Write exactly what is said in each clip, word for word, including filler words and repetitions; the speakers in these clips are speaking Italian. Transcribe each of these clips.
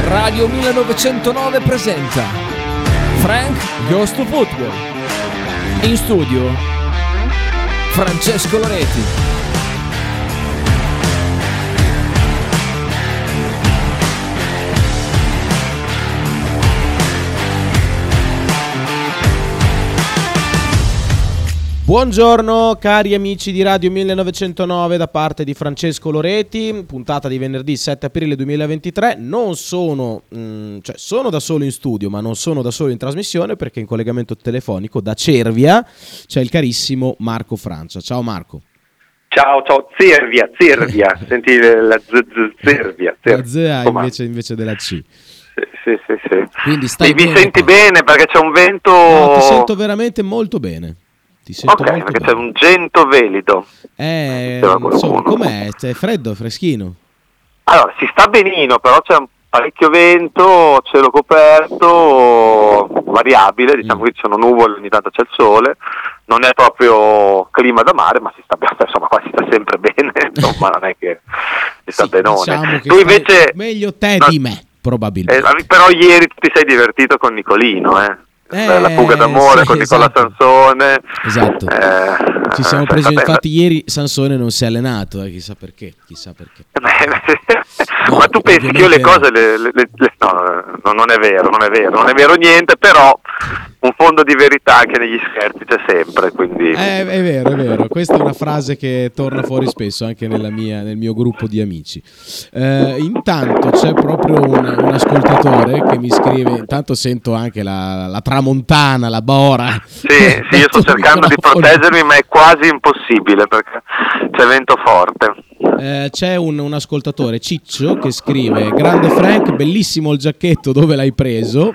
Radio millenovecentonove presenta Frank Goes to Football. In studio Francesco Loreti. Buongiorno cari amici di Radio millenovecentonove da parte di Francesco Loreti, puntata di venerdì sette aprile duemilaventitré. Non sono, mh, cioè sono da solo in studio, ma non sono da solo in trasmissione perché in collegamento telefonico da Cervia c'è il carissimo Marco Francia. Ciao Marco. Ciao, ciao, Cervia, Cervia, senti la z, z, Cervia. La Z invece, invece della C. Sì, sì, sì. sì. Quindi stai mi, bene, mi senti qua. bene perché c'è un vento... No, ti sento veramente molto bene. Ti sento ok, molto perché bene. c'è un gento velido. Eh, insomma, com'è? È freddo, freschino? Allora, si sta benino, però c'è un parecchio vento, cielo coperto, variabile, diciamo Mm. che ci sono nuvole, ogni tanto c'è il sole, non è proprio clima da mare, ma si sta bene, insomma qua si sta sempre bene, insomma non è che si sta Sì, benone. diciamo che Tu stai invece... meglio te no, di me, probabilmente. eh, però ieri tu ti sei divertito con Nicolino, eh? Eh, La fuga d'amore sì, con Nicola esatto. Sansone. Esatto. Eh, Ci siamo eh, presi, vabbè, infatti ieri Sansone non si è allenato, eh, chissà perché, chissà perché. No, ma tu pensi che io le ovviamente no. cose le, le, le, le- no, no, non è vero, non è vero, non è vero niente, però un fondo di verità anche negli scherzi c'è sempre, quindi Eh, è vero, è vero. Questa è una frase che torna fuori spesso anche nella mia, nel mio gruppo di amici. Eh, intanto c'è proprio un, un ascoltatore che mi scrive. Intanto sento anche la, la tramontana, la bora. sì, sì, io sto cercando di proteggermi, ma è quasi impossibile perché c'è vento forte. Eh, c'è un, un ascoltatore, Ciccio, che scrive: grande Frank, bellissimo il giacchetto, dove l'hai preso?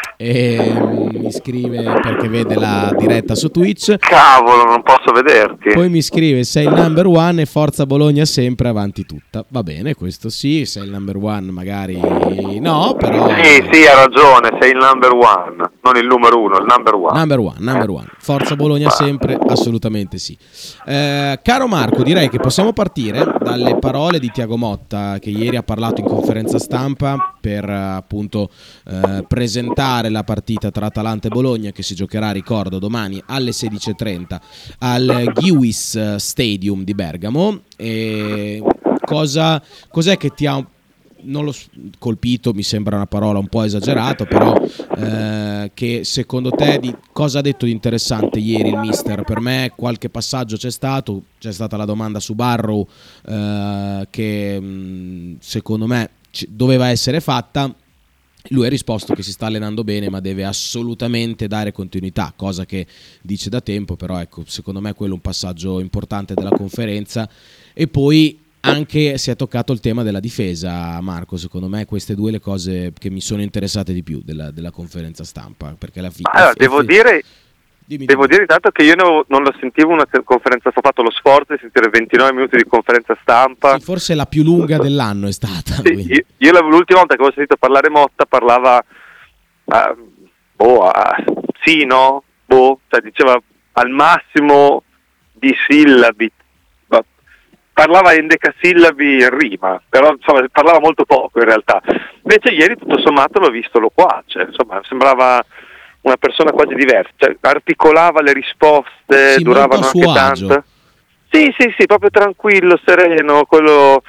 E mi scrive perché vede la diretta su Twitch. Cavolo, non posso vederti. Poi mi scrive: sei il number one e forza Bologna sempre, avanti tutta. Va bene, questo sì, sei il number one magari no, però Sì, sì, ha ragione, sei il number one, non il numero uno, il number one. number one, number one. Forza Bologna sempre, assolutamente sì. Eh, caro Marco, direi che possiamo partire dalle parole di Thiago Motta, che ieri ha parlato in conferenza stampa per eh, appunto eh, presentare la partita tra Atalanta e Bologna, che si giocherà, ricordo, domani alle sedici e trenta al Gewiss Stadium di Bergamo. E cosa, cos'è che ti ha non lo colpito, mi sembra una parola un po' esagerata, però eh, che secondo te di cosa ha detto di interessante ieri il mister? Per me qualche passaggio c'è stato, c'è stata la domanda su Barrow eh, che mh, secondo me c- doveva essere fatta. Lui ha risposto che si sta allenando bene, ma deve assolutamente dare continuità, cosa che dice da tempo, però ecco, secondo me quello è un passaggio importante della conferenza. E poi anche si è toccato il tema della difesa, Marco. Secondo me queste due le cose che mi sono interessate di più della, della conferenza stampa, perché la fi- Allora, fi- devo fi- dire dimmi, devo dimmi. dire intanto che io non, non lo sentivo una conferenza, ho fatto lo sforzo di sentire ventinove minuti di conferenza stampa. Sì, forse la più lunga dell'anno è stata. Sì, quindi. io, io la- l'ultima volta che ho sentito parlare Motta parlava ah, boh, ah, sì, no, boh, cioè diceva al massimo di sillabi, ma parlava in decasillabi in rima, però insomma parlava molto poco in realtà. Invece ieri tutto sommato l'ho visto loquace, insomma sembrava una persona quasi diversa, cioè, articolava le risposte, Sì, duravano molto a anche suo agio. tanto. Sì, sì, sì, proprio tranquillo, sereno, quello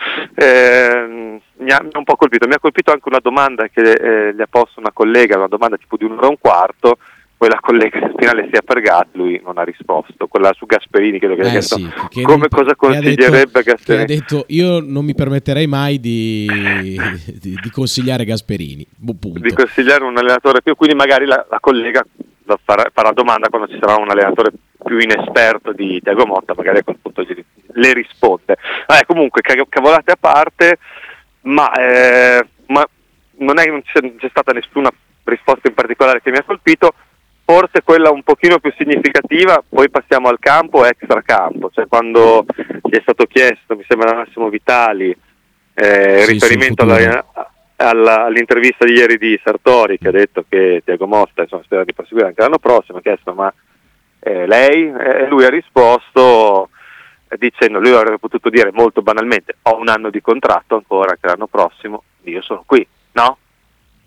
eh, mi, ha, mi ha un po' colpito. Mi ha colpito anche una domanda che eh, gli ha posto una collega, una domanda tipo di un'ora e un quarto, poi la collega al finale si è appagata, lui non ha risposto. Quella su Gasperini, credo che Eh abbia chiesto sì, che come non- cosa che ha detto- consiglierebbe che ha Gasperini. detto io non mi permetterei mai di, di, di consigliare Gasperini. Bu- punto. Di consigliare un allenatore più, quindi magari la, la collega farà, farà domanda quando ci sarà un allenatore più inesperto di Thiago Motta, magari a quel punto gli, le risponde. Eh, comunque cavolate a parte, ma, eh, ma non è non c'è, non c'è stata nessuna risposta in particolare che mi ha colpito, forse quella un pochino più significativa. Poi passiamo al campo, extra campo, cioè quando gli è stato chiesto, mi sembra da Massimo Vitali, eh, Sì, riferimento sul futuro. alla, alla, all'intervista di ieri di Sartori, che ha detto che Thiago Motta insomma, spera di proseguire anche l'anno prossimo, ha chiesto ma eh, lei? E lui ha risposto eh, dicendo, lui avrebbe potuto dire molto banalmente, ho un anno di contratto ancora, che l'anno prossimo io sono qui, no?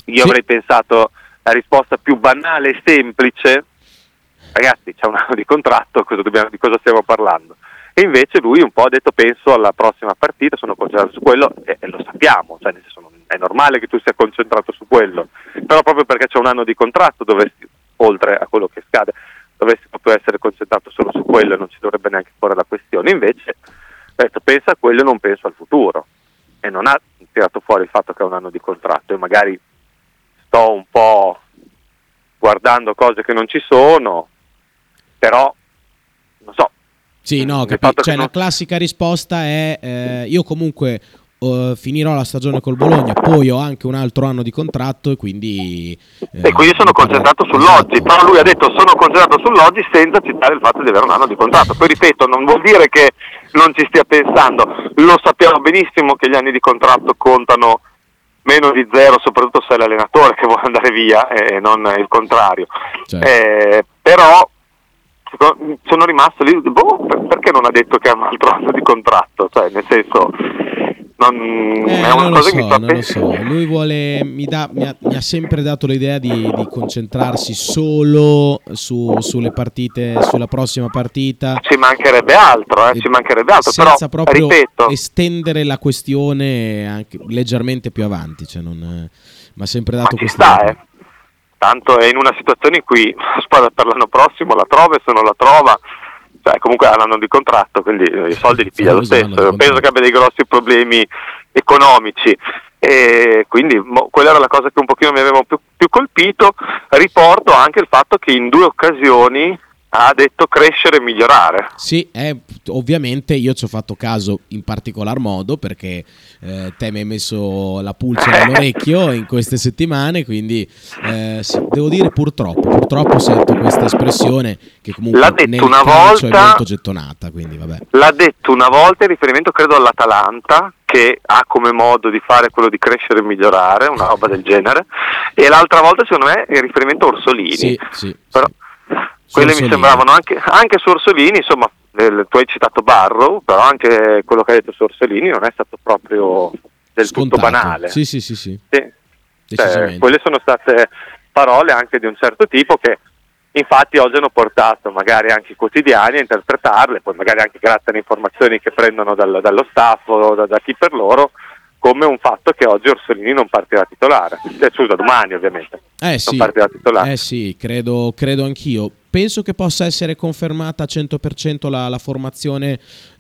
io sì. avrei pensato la risposta più banale e semplice: ragazzi, c'è un anno di contratto, cosa dobbiamo, di cosa stiamo parlando? E invece lui un po' ha detto penso alla prossima partita, sono concentrato su quello, e, e lo sappiamo, cioè nel senso, è normale che tu sia concentrato su quello, però proprio perché c'è un anno di contratto dovresti, oltre a quello che scade, dovresti proprio essere concentrato solo su quello e non ci dovrebbe neanche porre la questione. Invece ha detto pensa a quello e non penso al futuro, e non ha tirato fuori il fatto che ha un anno di contratto. E magari sto un po' guardando cose che non ci sono, però non so. Sì, no, capi- cioè non... la classica risposta è eh, io comunque uh, finirò la stagione col Bologna, poi ho anche un altro anno di contratto e quindi eh, e quindi sono concentrato parla... sull'oggi. Esatto. Però lui ha detto sono concentrato sull'oggi senza citare il fatto di avere un anno di contratto. Poi ripeto, non vuol dire che non ci stia pensando, lo sappiamo benissimo che gli anni di contratto contano meno di zero, soprattutto se è l'allenatore che vuole andare via e non il contrario. Certo. Eh, però sono rimasto lì, boh, perché non ha detto che ha un altro anno di contratto? Cioè, nel senso, non, eh, è una non cosa lo so, che mi fa non lo so. Lui vuole, mi, dà, mi, ha, mi ha sempre dato l'idea di, di concentrarsi solo su, sulle partite, sulla prossima partita. Ci mancherebbe altro, eh, ci mancherebbe altro, senza però, proprio ripeto, estendere la questione anche leggermente più avanti. Cioè non, mi ha sempre dato questo. questa idea. Tanto è in una situazione in cui la squadra per l'anno prossimo la trova, e se non la trova, cioè comunque ha l'anno di contratto, quindi i soldi li piglia lo stesso. Penso che abbia dei grossi problemi economici, e quindi mo, quella era la cosa che un pochino mi aveva più, più colpito. Riporto anche il fatto che in due occasioni ha detto crescere e migliorare. Sì, eh, ovviamente io ci ho fatto caso in particolar modo perché eh, te mi hai messo la pulce nell'orecchio in queste settimane, quindi eh, sì, devo dire purtroppo, purtroppo sento questa espressione che comunque l'ha detto nel una calcio volta, è molto gettonata, quindi vabbè. L'ha detto una volta in riferimento credo all'Atalanta, che ha come modo di fare quello di crescere e migliorare, una roba del genere, e l'altra volta secondo me in riferimento a Orsolini. Sì, sì, però sì. Quelle Orsolini. Mi sembravano anche, anche su Orsolini, insomma, eh, tu hai citato Barrow, però anche quello che ha detto su Orsolini non è stato proprio del Scontato. tutto banale. Sì, sì, sì, sì. sì. Cioè, quelle sono state parole anche di un certo tipo che infatti oggi hanno portato magari anche i quotidiani a interpretarle, poi magari anche grazie alle informazioni che prendono dal, dallo staff o da, da chi per loro, come un fatto che oggi Orsolini non partirà titolare. Eh, scusa, domani ovviamente. Eh sì, non partirà titolare. Eh sì, credo, credo anch'io. Penso che possa essere confermata al cento per cento la, la formazione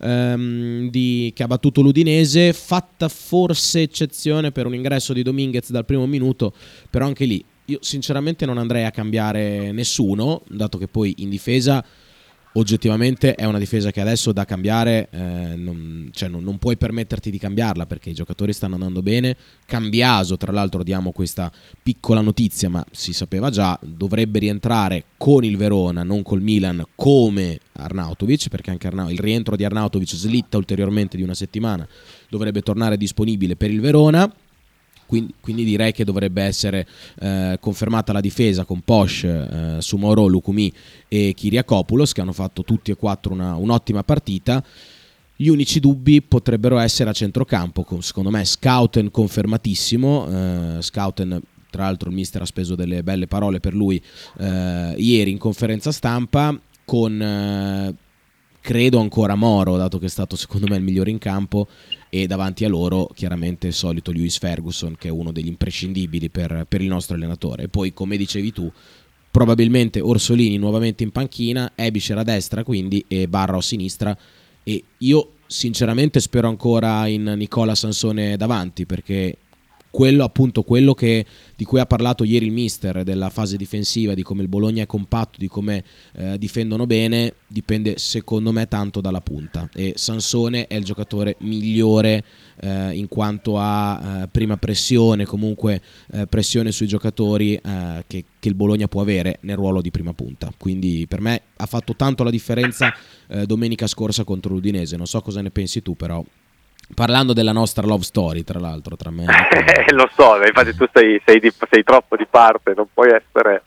ehm, di, che ha battuto l'Udinese, fatta forse eccezione per un ingresso di Dominguez dal primo minuto, però anche lì io sinceramente non andrei a cambiare nessuno, dato che poi in difesa oggettivamente è una difesa che adesso da cambiare, eh, non, cioè non, non puoi permetterti di cambiarla perché i giocatori stanno andando bene. Cambiaso, tra l'altro diamo questa piccola notizia, ma si sapeva già, dovrebbe rientrare con il Verona, non col Milan, come Arnautovic, perché anche Arnau- il rientro di Arnautovic slitta ulteriormente di una settimana, dovrebbe tornare disponibile per il Verona. Quindi, quindi direi che dovrebbe essere eh, confermata la difesa con Posch, eh, Sumoro, Lukumi e Kyriakopoulos, che hanno fatto tutti e quattro una, un'ottima partita. Gli unici dubbi potrebbero essere a centrocampo, con, secondo me Schouten confermatissimo, eh, Schouten tra l'altro il mister ha speso delle belle parole per lui eh, ieri in conferenza stampa, con eh, credo ancora Moro, dato che è stato secondo me il migliore in campo, e davanti a loro chiaramente il solito Lewis Ferguson, che è uno degli imprescindibili per, per il nostro allenatore. E poi, come dicevi tu, probabilmente Orsolini nuovamente in panchina, Ebischer a destra quindi e Barra a sinistra, e io sinceramente spero ancora in Nicola Sansone davanti, perché quello appunto quello che, di cui ha parlato ieri il mister, della fase difensiva, di come il Bologna è compatto, di come eh, difendono bene, dipende secondo me tanto dalla punta, e Sansone è il giocatore migliore eh, in quanto a eh, prima pressione, comunque eh, pressione sui giocatori eh, che, che il Bologna può avere nel ruolo di prima punta. Quindi per me ha fatto tanto la differenza eh, domenica scorsa contro l'Udinese. Non so cosa ne pensi tu, però parlando della nostra love story, tra l'altro, tra me e lo so, infatti tu sei, sei, di, sei troppo di parte, non puoi essere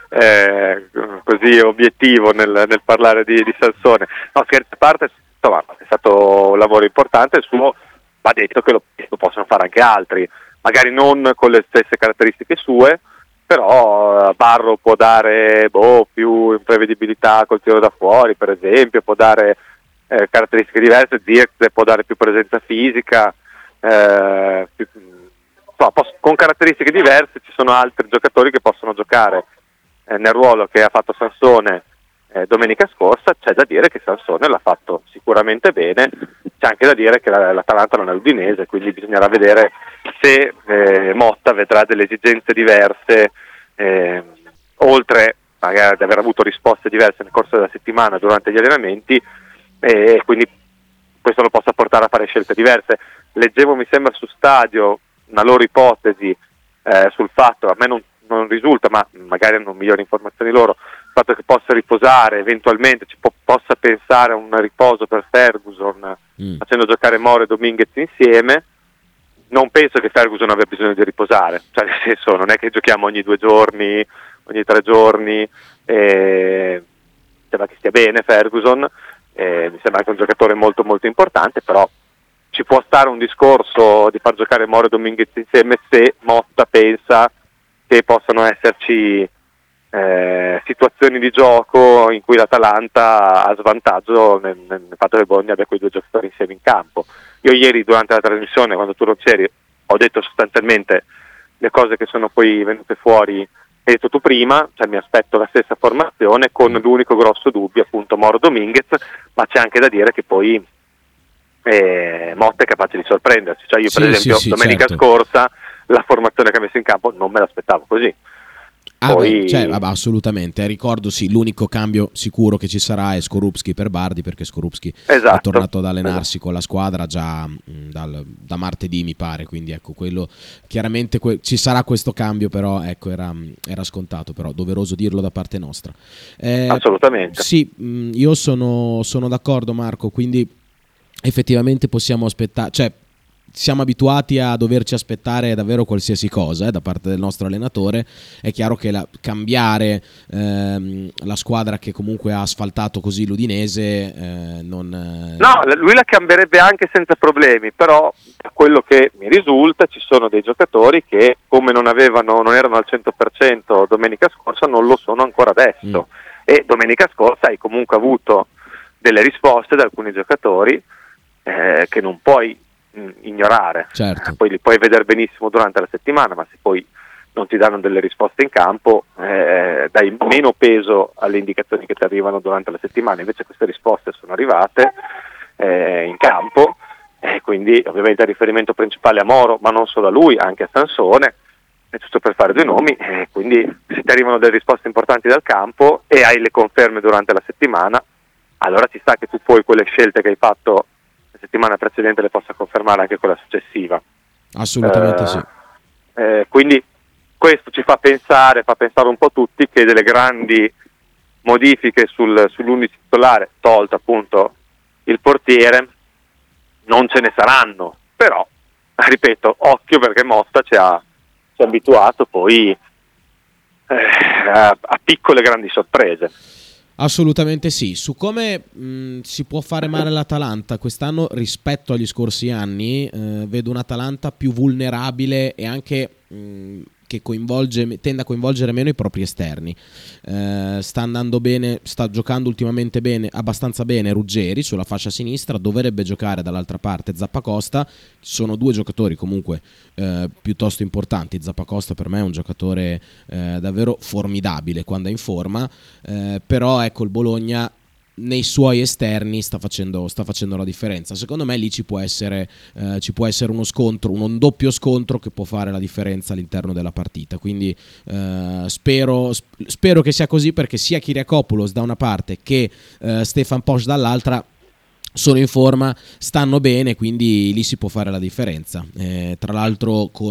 eh, così obiettivo nel, nel parlare di, di Sansone. No, scherzi a parte, insomma, è stato un lavoro importante, il suo va detto che lo, lo possono fare anche altri, magari non con le stesse caratteristiche sue, però eh, Barro può dare boh, più imprevedibilità col tiro da fuori, per esempio, può dare eh, caratteristiche diverse, Zirkzee può dare più presenza fisica, eh, più, no, posso, con caratteristiche diverse ci sono altri giocatori che possono giocare eh, nel ruolo che ha fatto Sansone eh, domenica scorsa. C'è da dire che Sansone l'ha fatto sicuramente bene, c'è anche da dire che la, l'Atalanta non è l'Udinese, quindi bisognerà vedere se eh, Motta vedrà delle esigenze diverse, eh, oltre magari ad aver avuto risposte diverse nel corso della settimana durante gli allenamenti, e quindi questo lo possa portare a fare scelte diverse. Leggevo, mi sembra, su Stadio una loro ipotesi eh, sul fatto, a me non, non risulta, ma magari hanno migliori informazioni loro, il fatto che possa riposare, eventualmente ci po- possa pensare a un riposo per Ferguson, mm. facendo giocare Moro e Dominguez insieme. Non penso che Ferguson abbia bisogno di riposare, cioè nel senso non è che giochiamo ogni due giorni, ogni tre giorni, e sembra che stia bene Ferguson, e mi sembra anche un giocatore molto molto importante, però ci può stare un discorso di far giocare Moro e Dominguez insieme se Motta pensa che possano esserci eh, situazioni di gioco in cui l'Atalanta ha svantaggio nel, nel fatto che Bologna abbia quei due giocatori insieme in campo. Io ieri durante la trasmissione, quando tu non c'eri, ho detto sostanzialmente le cose che sono poi venute fuori, hai detto tu prima, cioè mi aspetto la stessa formazione con l'unico grosso dubbio appunto Moro Dominguez, ma c'è anche da dire che poi eh, Motta è capace di sorprenderci, cioè io per sì, esempio sì, sì, domenica certo. scorsa la formazione che ha messo in campo non me l'aspettavo così. Ah Poi... beh, cioè, vabbè, assolutamente, ricordo sì, l'unico cambio sicuro che ci sarà è Skorupski per Bardi, perché Skorupski esatto, è tornato ad allenarsi esatto. con la squadra già mh, dal, da martedì mi pare, quindi ecco, quello chiaramente que- ci sarà questo cambio, però ecco era, era scontato, però doveroso dirlo da parte nostra. Eh, Assolutamente. Sì, mh, io sono, sono d'accordo Marco, quindi effettivamente possiamo aspettare, cioè siamo abituati a doverci aspettare davvero qualsiasi cosa eh, da parte del nostro allenatore. È chiaro che la, cambiare ehm, la squadra che comunque ha asfaltato così l'Udinese eh, non... Eh... No, lui la cambierebbe anche senza problemi, però da quello che mi risulta ci sono dei giocatori che come non avevano, non erano al cento per cento domenica scorsa, non lo sono ancora adesso. Mm. E domenica scorsa hai comunque avuto delle risposte da alcuni giocatori eh, che non puoi ignorare, certo. Poi li puoi vedere benissimo durante la settimana, ma se poi non ti danno delle risposte in campo eh, dai meno peso alle indicazioni che ti arrivano durante la settimana. Invece queste risposte sono arrivate eh, in campo, e quindi ovviamente il riferimento principale a Moro, ma non solo a lui, anche a Sansone, è tutto per fare due nomi, e quindi se ti arrivano delle risposte importanti dal campo e hai le conferme durante la settimana, allora ci sta che tu poi quelle scelte che hai fatto settimana precedente le possa confermare anche quella successiva. Assolutamente eh, sì. Eh, quindi questo ci fa pensare, fa pensare un po' tutti che delle grandi modifiche sul, sull'undici titolare, tolto appunto il portiere, non ce ne saranno, però ripeto, occhio perché Motta ci ha, ci ha abituato poi eh, a, a piccole grandi sorprese. Assolutamente sì. Su come mh, si può fare male l'Atalanta quest'anno rispetto agli scorsi anni, eh, vedo un'Atalanta più vulnerabile e anche mh, che coinvolge, tende a coinvolgere meno i propri esterni. Eh, sta andando bene, sta giocando ultimamente bene, abbastanza bene Ruggeri sulla fascia sinistra, dovrebbe giocare dall'altra parte Zappacosta. Sono due giocatori comunque eh, piuttosto importanti. Zappacosta per me è un giocatore eh, davvero formidabile quando è in forma, eh, però ecco il Bologna nei suoi esterni sta facendo, sta facendo la differenza. Secondo me lì ci può essere eh, ci può essere uno scontro, un doppio scontro che può fare la differenza all'interno della partita, quindi eh, spero, spero che sia così, perché sia Kyriakopoulos da una parte che eh, Stefan Posch dall'altra sono in forma, stanno bene, quindi lì si può fare la differenza. Eh, tra l'altro con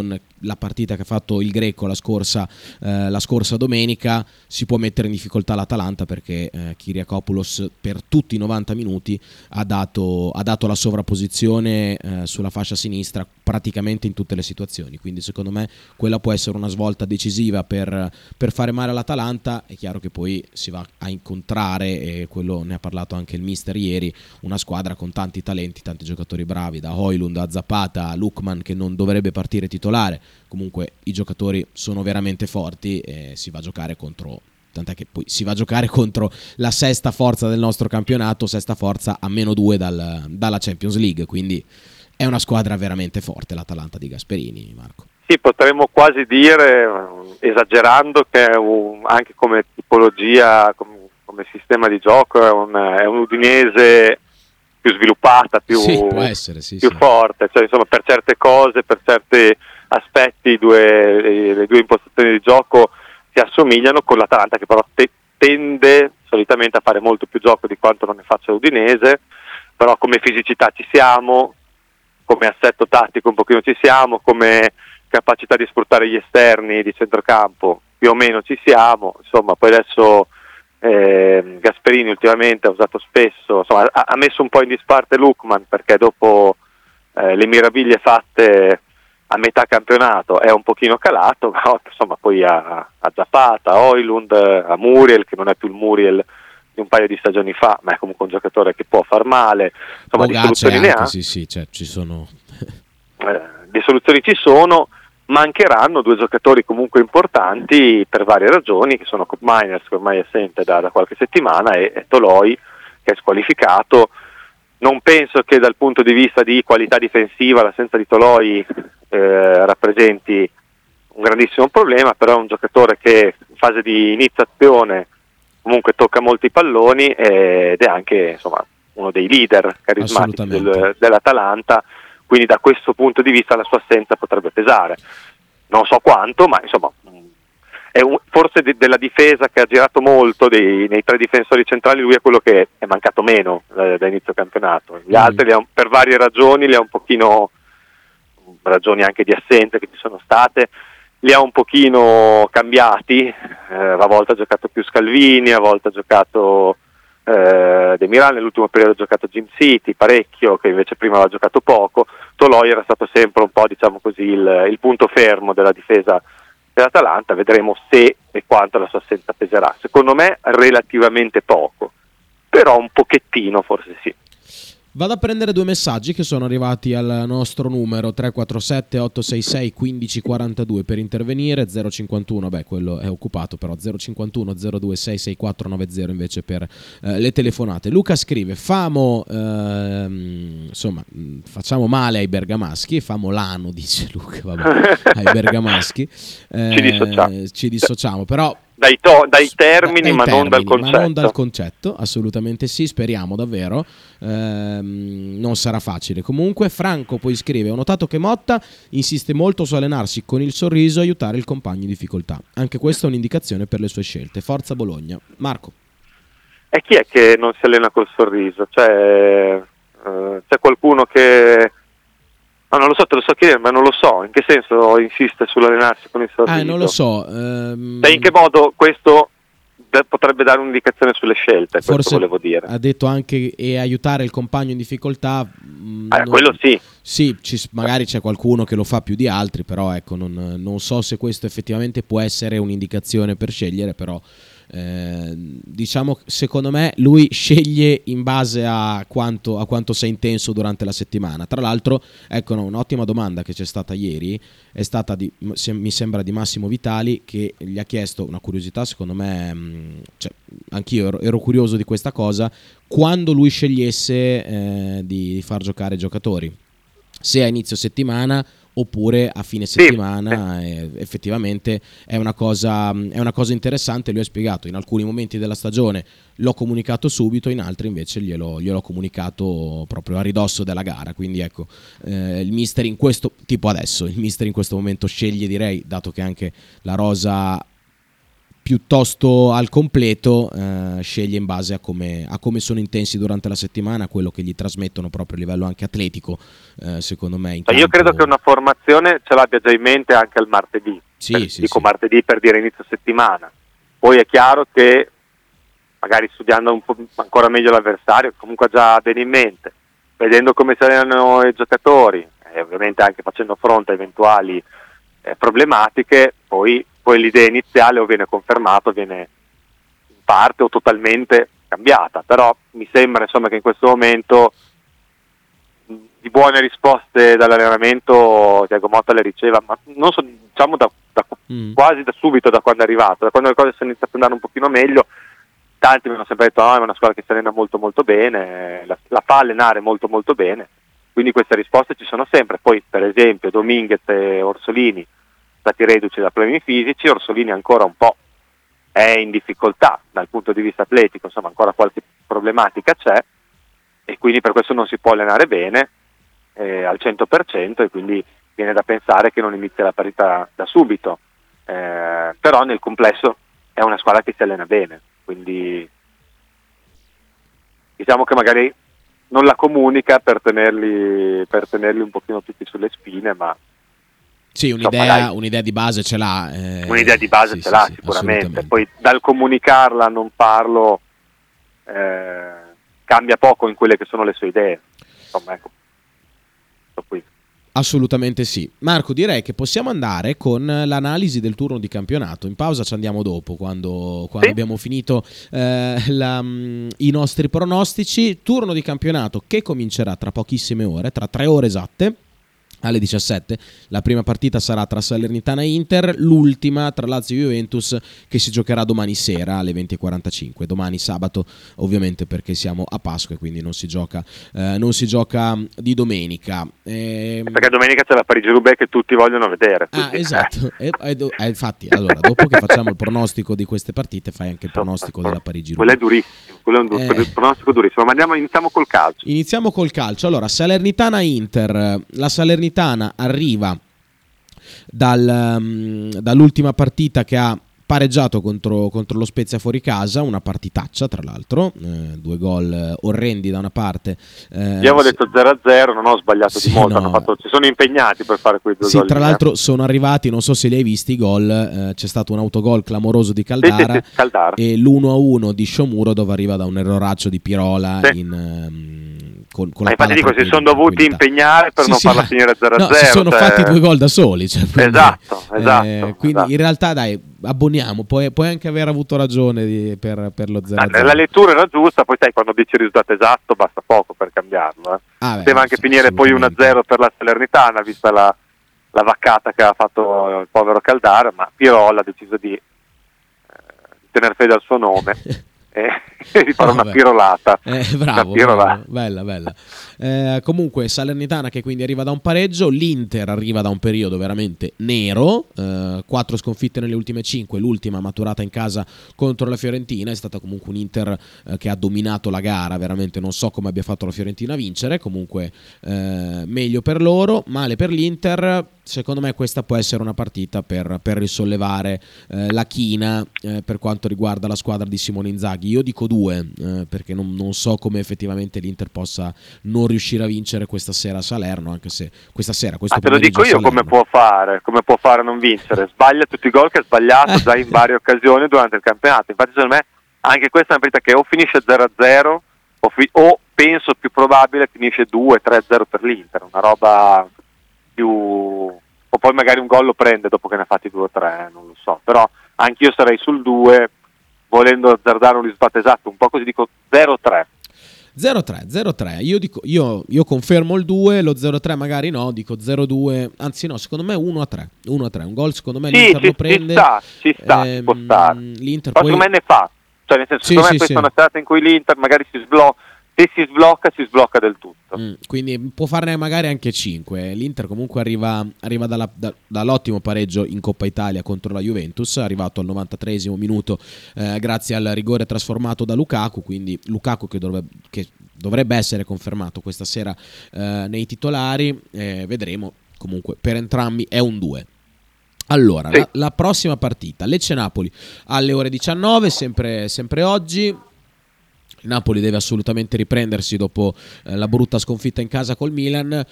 la partita che ha fatto il Greco la scorsa, eh, la scorsa domenica, si può mettere in difficoltà l'Atalanta, perché eh, Kyriakopoulos per tutti i novanta minuti ha dato, ha dato la sovrapposizione eh, sulla fascia sinistra praticamente in tutte le situazioni, quindi secondo me quella può essere una svolta decisiva per, per fare male all'Atalanta. È chiaro che poi si va a incontrare, e quello ne ha parlato anche il mister ieri, una squadra con tanti talenti, tanti giocatori bravi, da Højlund a Zapata a Lookman, che non dovrebbe partire titolare. Comunque i giocatori sono veramente forti e si va a giocare contro, tant'è che poi si va a giocare contro la sesta forza del nostro campionato, sesta forza a meno due dal, dalla Champions League, quindi è una squadra veramente forte l'Atalanta di Gasperini, Marco. Sì, potremmo quasi dire, esagerando, che è un, anche come tipologia, come, come sistema di gioco, è un, è un Udinese più sviluppata, più, sì, può essere, sì, più sì. forte, cioè insomma per certe cose, per certi aspetti, i due, le, le due impostazioni di gioco si assomigliano, con l'Atalanta che però te, tende solitamente a fare molto più gioco di quanto non ne faccia l'Udinese, però come fisicità ci siamo, come assetto tattico un pochino ci siamo, come capacità di sfruttare gli esterni di centrocampo più o meno ci siamo, insomma poi adesso eh, Gasperini ultimamente ha usato spesso, insomma ha, ha messo un po' in disparte Lookman, perché dopo eh, le meraviglie fatte a metà campionato è un pochino calato, ma insomma poi a, a Zapata, a Højlund, a Muriel, che non è più il Muriel di un paio di stagioni fa, ma è comunque un giocatore che può far male, insomma di soluzioni ne ha. Sì, sì, cioè, ci sono eh, di soluzioni ci sono. Mancheranno due giocatori comunque importanti per varie ragioni, che sono Koop Meiners, che ormai è assente da, da qualche settimana, e, e Toloi, che è squalificato. Non penso che dal punto di vista di qualità difensiva l'assenza di Toloi eh, rappresenti un grandissimo problema, però è un giocatore che in fase di iniziazione comunque tocca molti palloni ed è anche insomma uno dei leader carismatici del, dell'Atalanta, quindi da questo punto di vista la sua assenza potrebbe pesare, non so quanto, ma insomma è un, forse de, della difesa che ha girato molto dei, nei tre difensori centrali, lui è quello che è mancato meno eh, da inizio campionato. Gli mm. altri li ha, per varie ragioni li ha un pochino, ragioni anche di assenza che ci sono state, li ha un pochino cambiati, eh, a volte ha giocato più Scalvini, a volte ha giocato eh, De Miral, nell'ultimo periodo ha giocato Jim City parecchio, che invece prima aveva giocato poco. Toloi era stato sempre un po', diciamo così, il, il punto fermo della difesa dell'Atalanta. Vedremo se e quanto la sua assenza peserà. Secondo me relativamente poco, però un pochettino forse sì. Vado a prendere due messaggi che sono arrivati al nostro numero tre quattro sette otto sei sei uno cinque quattro due per intervenire. Zero cinquantuno, beh quello è occupato, però zero cinquantuno zero due sei sei quattro nove zero invece per eh, le telefonate. Luca scrive: famo ehm, insomma facciamo male ai bergamaschi, famo l'ano, dice Luca, vabbè, ai bergamaschi eh, ci dissociamo ci dissociamo però Dai, to- dai termini, dai ma, termini non dal concetto. ma non dal concetto, assolutamente sì, speriamo davvero. Ehm, non sarà facile. Comunque Franco poi scrive: ho notato che Motta insiste molto su allenarsi con il sorriso e aiutare il compagno in difficoltà. Anche questa è un'indicazione per le sue scelte. Forza Bologna. Marco. E chi è che non si allena col sorriso? Cioè, eh, c'è qualcuno che... No, non lo so, te lo so chiedere, ma non lo so. In che senso insiste sull'allenarsi con il sorriso? Ah, non lo so. Ehm... Cioè, in che modo questo potrebbe dare un'indicazione sulle scelte? Forse questo volevo dire. Ha detto anche e aiutare il compagno in difficoltà. Mh, eh, non... Quello sì. Sì, ci, magari c'è qualcuno che lo fa più di altri, però ecco, non, non so se questo effettivamente può essere un'indicazione per scegliere, però eh, diciamo, secondo me lui sceglie in base a quanto, a quanto sei intenso durante la settimana. Tra l'altro, ecco, no, un'ottima domanda che c'è stata ieri è stata di, mi sembra di Massimo Vitali, che gli ha chiesto una curiosità, secondo me, mh, cioè, anch'io ero, ero curioso di questa cosa, quando lui scegliesse eh, di far giocare i giocatori, se a inizio settimana oppure a fine settimana. Sì. Eh, effettivamente è una cosa è una cosa interessante. Lui ha spiegato: in alcuni momenti della stagione l'ho comunicato subito, in altri invece glielo, gliel'ho comunicato proprio a ridosso della gara. Quindi ecco, eh, il mister in questo tipo adesso il mister in questo momento sceglie, direi, dato che anche la rosa piuttosto al completo, eh, sceglie in base a come, a come sono intensi durante la settimana, quello che gli trasmettono proprio a livello anche atletico, eh, secondo me. In Io campo... credo che una formazione ce l'abbia già in mente anche il martedì, sì, per, sì, dico sì. martedì per dire inizio settimana, poi è chiaro che magari studiando un po' ancora meglio l'avversario, comunque ha già bene in mente, vedendo come si allenano i giocatori e ovviamente anche facendo fronte a eventuali eh, problematiche, poi poi l'idea iniziale o viene confermata o viene in parte o totalmente cambiata, però mi sembra insomma che in questo momento di buone risposte dall'allenamento Thiago Motta le riceva, ma non so, diciamo da, da mm. quasi da subito, da quando è arrivato, da quando le cose sono iniziate ad andare un pochino meglio. Tanti mi hanno sempre detto no, è una squadra che si allena molto molto bene, la, la fa allenare molto molto bene, quindi queste risposte ci sono sempre. Poi per esempio Dominguez e Orsolini stati reduci da problemi fisici, Orsolini ancora un po' è in difficoltà dal punto di vista atletico, insomma ancora qualche problematica c'è e quindi per questo non si può allenare bene eh, al cento per cento e quindi viene da pensare che non inizia la partita da subito, eh, però nel complesso è una squadra che si allena bene, quindi diciamo che magari non la comunica per tenerli, per tenerli un pochino tutti sulle spine, ma sì, un'idea, insomma, un'idea di base ce l'ha. Eh, un'idea di base sì, ce sì, l'ha sì, sicuramente. Poi dal comunicarla a non farlo eh, cambia poco in quelle che sono le sue idee. Insomma, ecco. Qui. Assolutamente sì. Marco, direi che possiamo andare con l'analisi del turno di campionato. In pausa ci andiamo dopo, quando, quando sì? abbiamo finito eh, la, i nostri pronostici. Turno di campionato che comincerà tra pochissime ore, tra tre ore esatte. Alle diciassette la prima partita sarà tra Salernitana e Inter, l'ultima tra Lazio e Juventus che si giocherà domani sera alle venti e quarantacinque, domani sabato ovviamente perché siamo a Pasqua e quindi non si gioca, eh, non si gioca di domenica. E... perché domenica c'è la Parigi-Roubaix che tutti vogliono vedere. Ah, esatto, eh. e, e, e, infatti allora dopo che facciamo il pronostico di queste partite fai anche il pronostico della Parigi-Roubaix. Quello è durissimo, quello è un dur- eh... pronostico durissimo, ma andiamo, iniziamo col calcio. Iniziamo col calcio, allora Salernitana-Inter, la Salernitana arriva dal, um, dall'ultima partita che ha pareggiato contro, contro lo Spezia fuori casa, una partitaccia tra l'altro, eh, due gol orrendi da una parte. Eh, Io avevo detto zero a zero, non ho sbagliato sì, di molto, no. hanno fatto, si sono impegnati per fare quei due sì, gol. Tra lì, l'altro eh. sono arrivati, non so se li hai visti i gol, eh, c'è stato un autogol clamoroso di Caldara, sì, sì, sì, Caldara. E l'uno a uno di Sciomuro dove arriva da un erroraccio di Pirola sì. in... Um, Con, con ma la infatti dico, si sono dovuti impegnare per sì, non sì, farla finire zero a zero. No, si sono cioè... fatti due gol da soli. Cioè, quindi, esatto, esatto. Eh, quindi esatto. in realtà dai, abboniamo, puoi, puoi anche aver avuto ragione di, per, per lo zero a zero. La lettura era giusta, poi sai, quando dici il risultato esatto basta poco per cambiarlo. Eh. Ah, Poteva anche finire poi uno a zero per la Salernitana, vista la, la vaccata che ha fatto il povero Caldara, ma Pirola ha deciso di, eh, di tener fede al suo nome. E di fare oh, una beh. pirolata, eh, bravo, una pirolata. bravo, bella bella eh, comunque Salernitana che quindi arriva da un pareggio, l'Inter arriva da un periodo veramente nero, eh, quattro sconfitte nelle ultime cinque, l'ultima maturata in casa contro la Fiorentina. È stata comunque un Inter eh, che ha dominato la gara, veramente non so come abbia fatto la Fiorentina a vincere, comunque eh, meglio per loro, male per l'Inter. Secondo me questa può essere una partita per, per risollevare eh, la china eh, per quanto riguarda la squadra di Simone Inzaghi. Io dico due eh, perché non, non so come effettivamente l'Inter possa non riuscire a vincere questa sera a Salerno, anche se questa sera questo ah, te lo dico io come può fare come può fare a non vincere, sbaglia tutti i gol che ha sbagliato già in varie occasioni durante il campionato. Infatti secondo me anche questa è una partita che o finisce zero a zero o, fi- o penso più probabile finisce due tre a zero per l'Inter, una roba più, o poi magari un gol lo prende dopo che ne ha fatti due o tre, non lo so, però anch'io sarei sul due, volendo azzardare un risultato esatto, un po' così dico zero tre. zero tre, zero tre. Io dico io, io confermo il due, lo zero tre magari no, dico zero due, anzi no, secondo me uno a tre. uno a tre, un gol secondo me sì, l'Inter ci, lo prende. Ci sta, ci sta, ehm, può stare. L'Inter però poi... secondo me ne fa. Cioè nel senso, sì, secondo sì, me questa sì. è una serata in cui l'Inter magari si sblocca, se si sblocca si sblocca del tutto. Mm, quindi può farne magari anche cinque. L'Inter comunque arriva, arriva dalla, da, dall'ottimo pareggio in Coppa Italia contro la Juventus, arrivato al novantatreesimo minuto eh, grazie al rigore trasformato da Lukaku, quindi Lukaku che dovrebbe, che dovrebbe essere confermato questa sera eh, nei titolari, eh, vedremo. Comunque per entrambi è un due. Allora, Sì. la, la prossima partita, Lecce-Napoli, alle ore diciannove, sempre, sempre oggi. Il Napoli deve assolutamente riprendersi dopo eh, la brutta sconfitta in casa col Milan.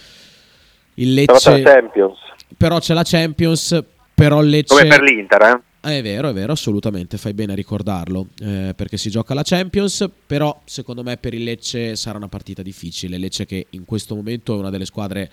Il Però c'è Lecce, la Champions, però c'è la Champions, però il Lecce... come per l'Inter, eh? Ah, è vero, è vero, assolutamente, fai bene a ricordarlo, eh, perché si gioca la Champions, però secondo me per il Lecce sarà una partita difficile. Lecce che in questo momento è una delle squadre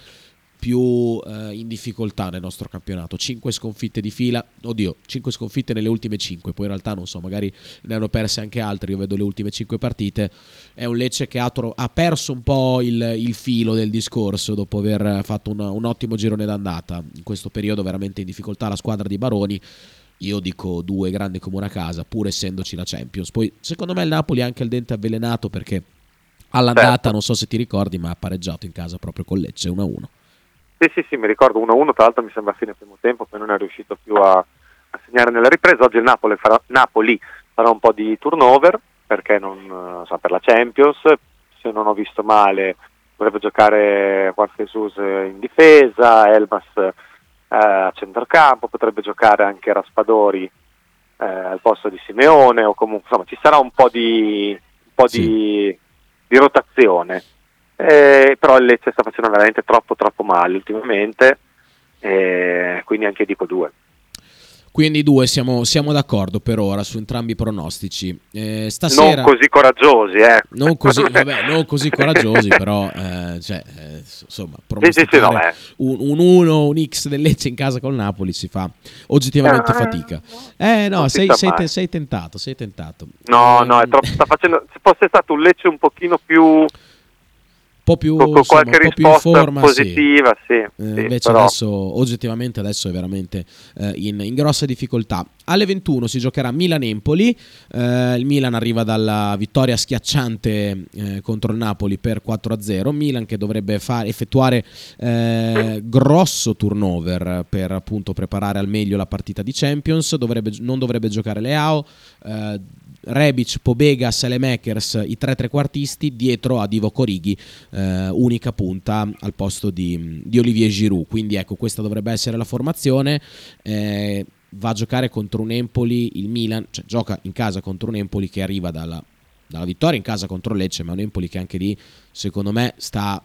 più eh, in difficoltà nel nostro campionato, cinque sconfitte di fila, oddio, cinque sconfitte nelle ultime cinque, poi in realtà non so, magari ne hanno perse anche altri, io vedo le ultime cinque partite. È un Lecce che ha, tro- ha perso un po' il, il filo del discorso dopo aver fatto una, un ottimo girone d'andata, in questo periodo veramente in difficoltà la squadra di Baroni. Io dico due, grande come una casa, pur essendoci la Champions. Poi secondo me il Napoli ha anche il dente avvelenato, perché all'andata, Certo. non so se ti ricordi, ma ha pareggiato in casa proprio con Lecce uno a uno. Sì, sì, sì, mi ricordo uno a uno, tra l'altro mi sembra a fine primo tempo, poi non è riuscito più a, a segnare nella ripresa. Oggi il Napoli farà, Napoli farà un po' di turnover, perché non so, per la Champions, se non ho visto male, dovrebbe giocare Juan Jesus in difesa, Elmas eh, a centrocampo, potrebbe giocare anche Raspadori eh, al posto di Simeone, o comunque insomma ci sarà un po' di, un po' Sì. di, di rotazione. Eh, però il Lecce sta facendo veramente troppo troppo male ultimamente, eh, quindi anche dico due. Quindi due, siamo, siamo d'accordo per ora su entrambi i pronostici. Eh, stasera Non così coraggiosi, eh. non così, vabbè, non così coraggiosi, però eh, cioè, eh, insomma, Sì, sì, sì, no, pronosticare beh. un, un uno, un X del Lecce in casa col Napoli si fa oggettivamente Eh, fatica. Eh no, non si sei, sa sei, te- mai. sei tentato, sei tentato. No, Eh, no, è troppo, sta facendo, se fosse stato un Lecce un pochino più, un po' più, con, con insomma, qualche un po' più in risposta forma, sì. positiva, sì, Eh, sì, invece però adesso, oggettivamente adesso è veramente eh, in, in grossa difficoltà. Alle ventuno si giocherà Milan-Empoli. Eh, il Milan arriva dalla vittoria schiacciante eh, contro il Napoli per quattro a zero. Milan che dovrebbe fare, effettuare eh, grosso turnover per appunto preparare al meglio la partita di Champions. Dovrebbe, non dovrebbe giocare Leao. Eh, Rebic, Pobega, Selemakers, i tre trequartisti, dietro a Divock Origi, eh, unica punta al posto di, di Olivier Giroud. Quindi ecco, questa dovrebbe essere la formazione. Eh, va a giocare contro un Empoli, il Milan, cioè gioca in casa contro un Empoli che arriva dalla, dalla vittoria in casa contro Lecce, ma un Empoli che anche lì secondo me sta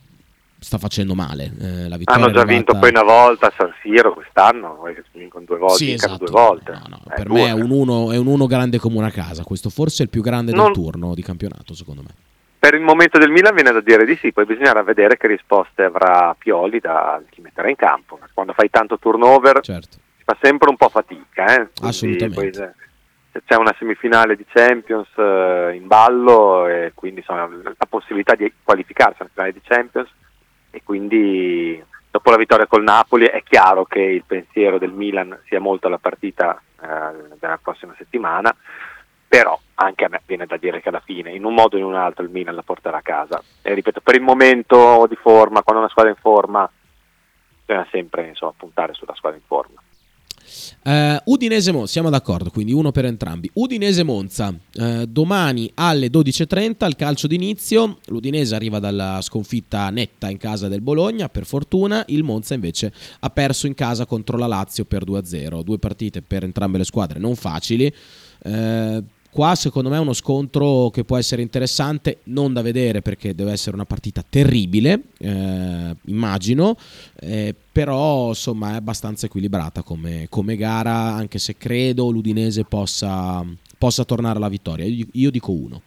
sta facendo male. Eh, la vittoria hanno già è arrivata... vinto poi una volta a San Siro quest'anno, che si vincono due volte, Sì, vincano esatto. due volte. No, no, Eh, per due. me è un uno, è un uno grande come una casa. Questo forse è il più grande Non- del turno di campionato, secondo me. Per il momento del Milan viene da dire di sì, poi bisognerà vedere che risposte avrà Pioli da chi metterà in campo. Quando fai tanto turnover Certo, si fa sempre un po' fatica, eh? Quindi assolutamente. poi se se c'è una semifinale di Champions eh, in ballo, e quindi insomma, la possibilità di qualificarsi alla finale di Champions, e quindi dopo la vittoria col Napoli è chiaro che il pensiero del Milan sia molto alla partita eh, della prossima settimana, però anche a me viene da dire che alla fine in un modo o in un altro il Milan la porterà a casa, e ripeto, per il momento di forma, quando una squadra è in forma bisogna sempre insomma, puntare sulla squadra in forma. Uh, Udinese Monza, siamo d'accordo, quindi uno per entrambi. Udinese Monza, uh, domani alle dodici e trenta al calcio d'inizio. L'Udinese arriva dalla sconfitta netta in casa del Bologna, per fortuna. Il Monza invece ha perso in casa contro la Lazio per due a zero. Due partite per entrambe le squadre non facili. Uh, Qua secondo me è uno scontro che può essere interessante, non da vedere perché deve essere una partita terribile, eh, immagino, eh, però insomma è abbastanza equilibrata come, come gara, anche se credo l'Udinese possa, possa tornare alla vittoria. Io, io dico uno.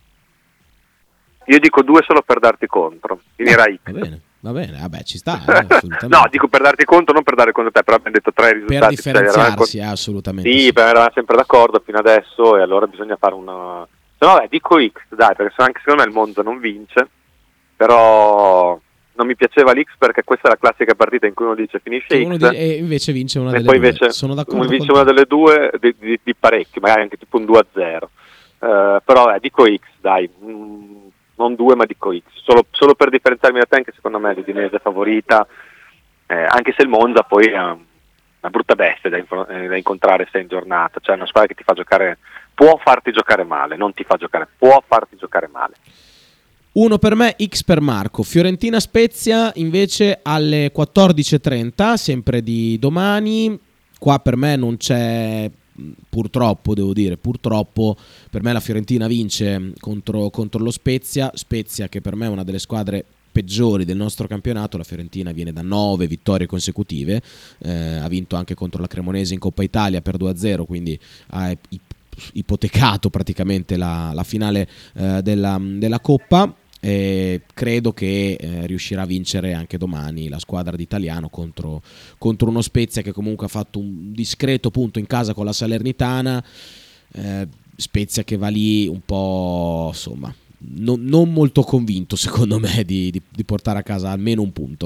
Io dico due solo per darti contro, finirà X. Va bene, va bene, vabbè, ci sta, eh, assolutamente. No, dico per darti conto, non per dare conto a te, però abbiamo detto tre risultati. Per cioè, eravamo differenziarsi, con- eh, assolutamente. Sì, sì. però eravamo sempre d'accordo fino adesso, e allora bisogna fare una... Se no, vabbè, dico X, dai, perché se- anche secondo me il Monza non vince, però non mi piaceva l'X perché questa è la classica partita in cui uno dice finisce Uno X, di- e invece vince una e delle poi due. invece Sono d'accordo uno vince con una te. delle due di, di, di parecchio, magari anche tipo un due a zero. Eh, però eh, dico X, dai, mm, non due ma dico X, solo, solo per differenziarmi da te, anche secondo me l'Udinese è favorita, eh, anche se il Monza poi è una brutta bestia da, inf- eh, da incontrare se in giornata, cioè è una squadra che ti fa giocare, può farti giocare male, non ti fa giocare, può farti giocare male. Uno per me, X per Marco. Fiorentina Spezia invece alle quattordici e trenta, sempre di domani. qua per me non c'è, purtroppo devo dire, purtroppo per me la Fiorentina vince contro, contro lo Spezia, Spezia che per me è una delle squadre peggiori del nostro campionato. La Fiorentina viene da nove vittorie consecutive, eh, ha vinto anche contro la Cremonese in Coppa Italia per due a zero, quindi ha ipotecato praticamente la, la finale eh, della, della Coppa. E credo che eh, riuscirà a vincere anche domani la squadra di Italiano contro, contro uno Spezia che comunque ha fatto un discreto punto in casa con la Salernitana, eh, Spezia che va lì un po', insomma, non, non molto convinto secondo me di, di, di portare a casa almeno un punto.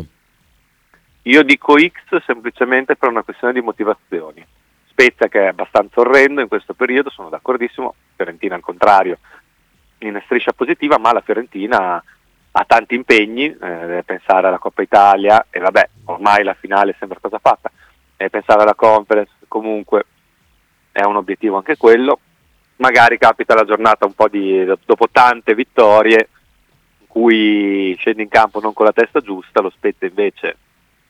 Io dico X semplicemente per una questione di motivazioni. Spezia che è abbastanza orrendo in questo periodo, sono d'accordissimo, Fiorentina al contrario in striscia positiva, ma la Fiorentina ha tanti impegni, eh, deve pensare alla Coppa Italia e vabbè, ormai la finale sembra cosa fatta, deve pensare alla Conference, comunque è un obiettivo anche quello. Magari capita la giornata un po' di, dopo tante vittorie in cui scende in campo non con la testa giusta, lo Spezia invece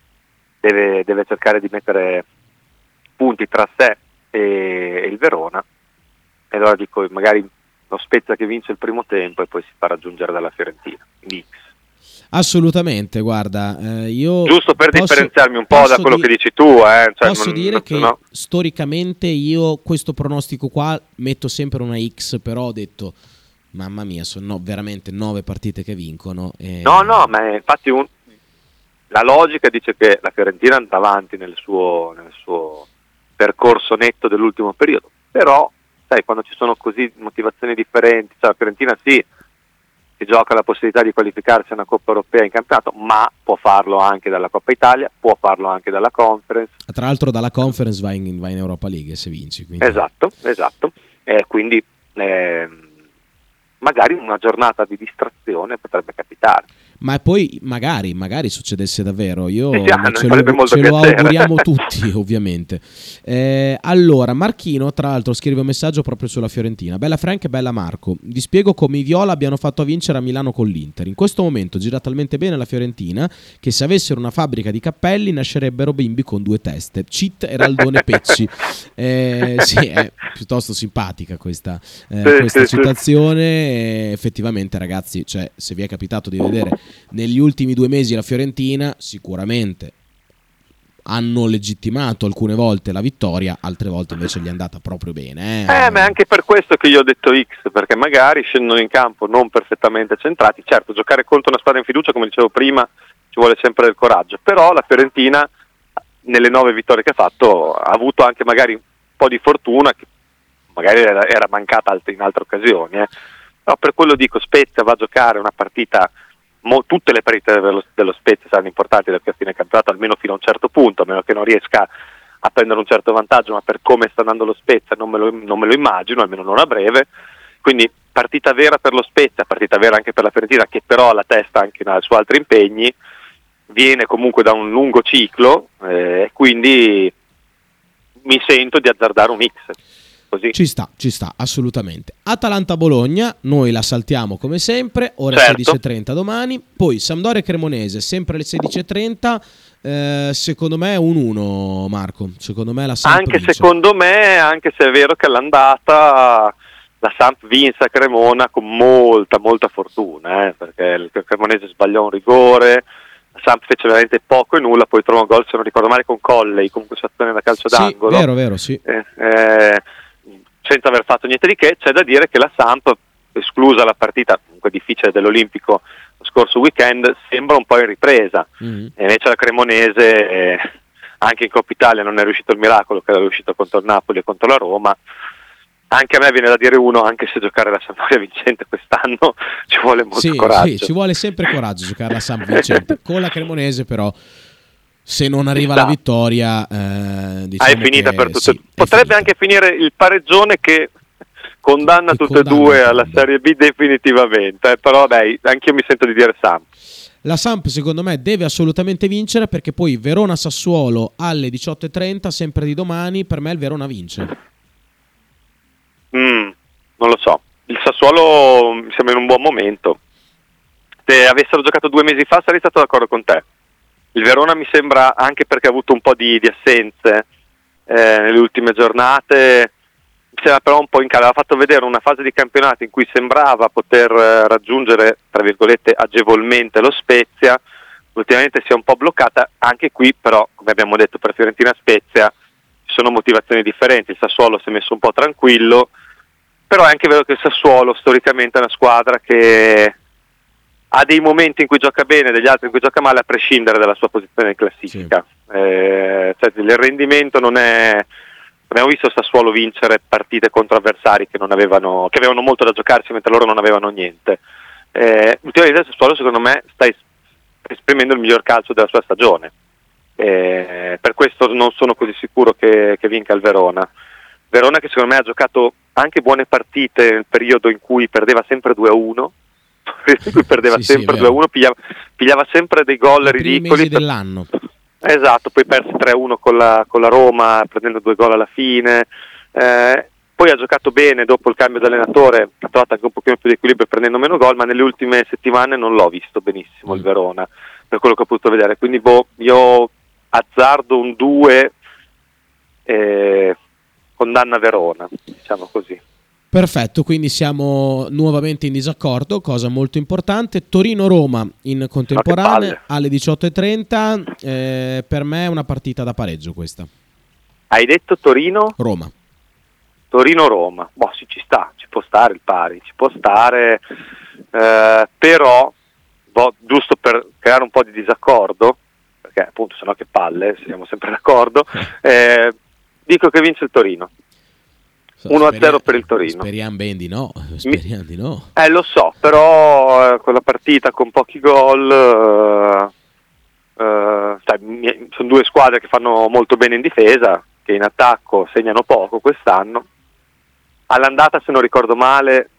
deve, deve cercare di mettere punti tra sé e, e il Verona, e allora dico magari lo Spezia che vince il primo tempo e poi si fa raggiungere dalla Fiorentina. X. Assolutamente, guarda, eh, io giusto per posso, differenziarmi un po' da quello di- che dici tu, eh, cioè posso non, dire non, che no. storicamente io questo pronostico qua metto sempre una X, però ho detto mamma mia, sono veramente nove partite che vincono e... no no ma infatti un, la logica dice che la Fiorentina andrà avanti nel suo, nel suo percorso netto dell'ultimo periodo, però sai, quando ci sono così motivazioni differenti, cioè la Fiorentina sì, si gioca la possibilità di qualificarsi a una Coppa Europea in campionato, ma può farlo anche dalla Coppa Italia, può farlo anche dalla Conference. Tra l'altro dalla Conference va in, va in Europa League se vinci. Quindi. Esatto, esatto. Eh, quindi eh, magari una giornata di distrazione potrebbe capitare. Ma poi magari, magari succedesse davvero, io sì, sì, ah, ce, lo, ce lo auguriamo tutti ovviamente. Eh, allora Marchino tra l'altro scrive un messaggio proprio sulla Fiorentina: bella Frank e bella Marco, vi spiego come i viola abbiano fatto a vincere a Milano con l'Inter. In questo momento gira talmente bene la Fiorentina che se avessero una fabbrica di cappelli nascerebbero bimbi con due teste. Cheat e Raldone Pecci. Eh, sì, è piuttosto simpatica questa, eh, sì, questa sì, citazione. E effettivamente ragazzi, cioè, se vi è capitato di vedere negli ultimi due mesi la Fiorentina, sicuramente hanno legittimato alcune volte la vittoria, altre volte invece gli è andata proprio bene. Eh, eh ma è anche per questo che io ho detto X, perché magari scendono in campo non perfettamente centrati. Certo, giocare contro una squadra in fiducia, come dicevo prima, ci vuole sempre del coraggio, però la Fiorentina nelle nove vittorie che ha fatto ha avuto anche magari un po' di fortuna che magari era, era mancata in altre occasioni, eh. Però per quello dico, Spezia va a giocare una partita, mo, tutte le partite dello, dello Spezia saranno importanti perché a fine campionato, almeno fino a un certo punto, a meno che non riesca a prendere un certo vantaggio, ma per come sta andando lo Spezia non me lo, non me lo immagino, almeno non a breve. Quindi partita vera per lo Spezia, partita vera anche per la Fiorentina, che però ha la testa anche su altri impegni, viene comunque da un lungo ciclo, e eh, quindi mi sento di azzardare un X. Così. Ci sta, ci sta, assolutamente. Atalanta-Bologna, noi la saltiamo come sempre, ore certo. sedici e trenta domani, poi Sampdoria-Cremonese, sempre alle sedici e trenta, eh, secondo me è un uno, Marco, secondo me la Samp Anche vince. secondo me, anche se è vero che all'andata la Samp vinse a Cremona con molta, molta fortuna, eh, perché il Cremonese sbagliò un rigore, la Samp fece veramente poco e nulla, poi trovò un gol, se non ricordo male, con Colley, comunque situazione da calcio sì, d'angolo. Vero, vero, sì. Eh, eh, senza aver fatto niente di che. C'è da dire che la Samp, esclusa la partita comunque difficile dell'Olimpico lo scorso weekend, sembra un po' in ripresa, mm-hmm. e invece la Cremonese eh, anche in Coppa Italia non è riuscito il miracolo che era riuscito contro il Napoli e contro la Roma. Anche a me viene da dire uno, anche se giocare la Sampdoria vincente quest'anno ci vuole molto sì, coraggio. Sì, ci vuole sempre coraggio giocare la Samp vincente. Con la Cremonese però, se non arriva la vittoria, eh, diciamo ah, è finita che, per tutte. Sì, potrebbe finita. anche finire il pareggione che condanna che tutte e due alla Serie B definitivamente, eh, però dai, anche io mi sento di dire Samp. La Samp secondo me deve assolutamente vincere, perché poi Verona-Sassuolo alle diciotto e trenta, sempre di domani, per me il Verona vince. Mm, non lo so, il Sassuolo mi sembra in un buon momento. Se avessero giocato due mesi fa sarei stato d'accordo con te. Il Verona mi sembra, anche perché ha avuto un po' di, di assenze, eh, nelle ultime giornate. Mi sembra però un po' in calo. Aveva fatto vedere una fase di campionato in cui sembrava poter eh, raggiungere, tra virgolette, agevolmente lo Spezia. Ultimamente si è un po' bloccata, anche qui però, come abbiamo detto, per Fiorentina Spezia ci sono motivazioni differenti. Il Sassuolo si è messo un po' tranquillo, però è anche vero che il Sassuolo storicamente è una squadra che ha dei momenti in cui gioca bene, degli altri in cui gioca male, a prescindere dalla sua posizione in classifica. Sì. Eh, cioè, il rendimento non è... Abbiamo visto il Sassuolo vincere partite contro avversari che non avevano, che avevano molto da giocarsi mentre loro non avevano niente. Eh, ultimamente il Sassuolo secondo me sta es- esprimendo il miglior calcio della sua stagione. Eh, per questo non sono così sicuro che, che vinca il Verona. Verona che secondo me ha giocato anche buone partite nel periodo in cui perdeva sempre due a uno, in cui perdeva sì, sempre sì, due a uno, pigliava, pigliava sempre dei gol I ridicoli. primi mesi dell'anno. Esatto, poi perse tre a uno con la, con la Roma, prendendo due gol alla fine. Eh, poi ha giocato bene dopo il cambio di allenatore, ha trovato anche un pochino più di equilibrio prendendo meno gol, ma nelle ultime settimane non l'ho visto benissimo il Verona, per quello che ho potuto vedere. Quindi boh, io azzardo un due, eh, condanna Verona, diciamo così. Perfetto, quindi siamo nuovamente in disaccordo, cosa molto importante. Torino-Roma in contemporanea alle diciotto e trenta, eh, per me è una partita da pareggio questa. Hai detto Torino? Roma. Torino-Roma, boh, sì, ci sta, ci può stare il pari, ci può stare, eh, però boh, giusto per creare un po' di disaccordo, perché appunto sennò che palle, siamo sempre d'accordo, eh, dico che vince il Torino. uno a zero per il Torino. Speriamo ben di no, speriamo di no. Eh, lo so, però eh, quella partita con pochi gol, eh, eh, cioè, mi- sono due squadre che fanno molto bene in difesa, che in attacco segnano poco quest'anno. All'andata, se non ricordo male,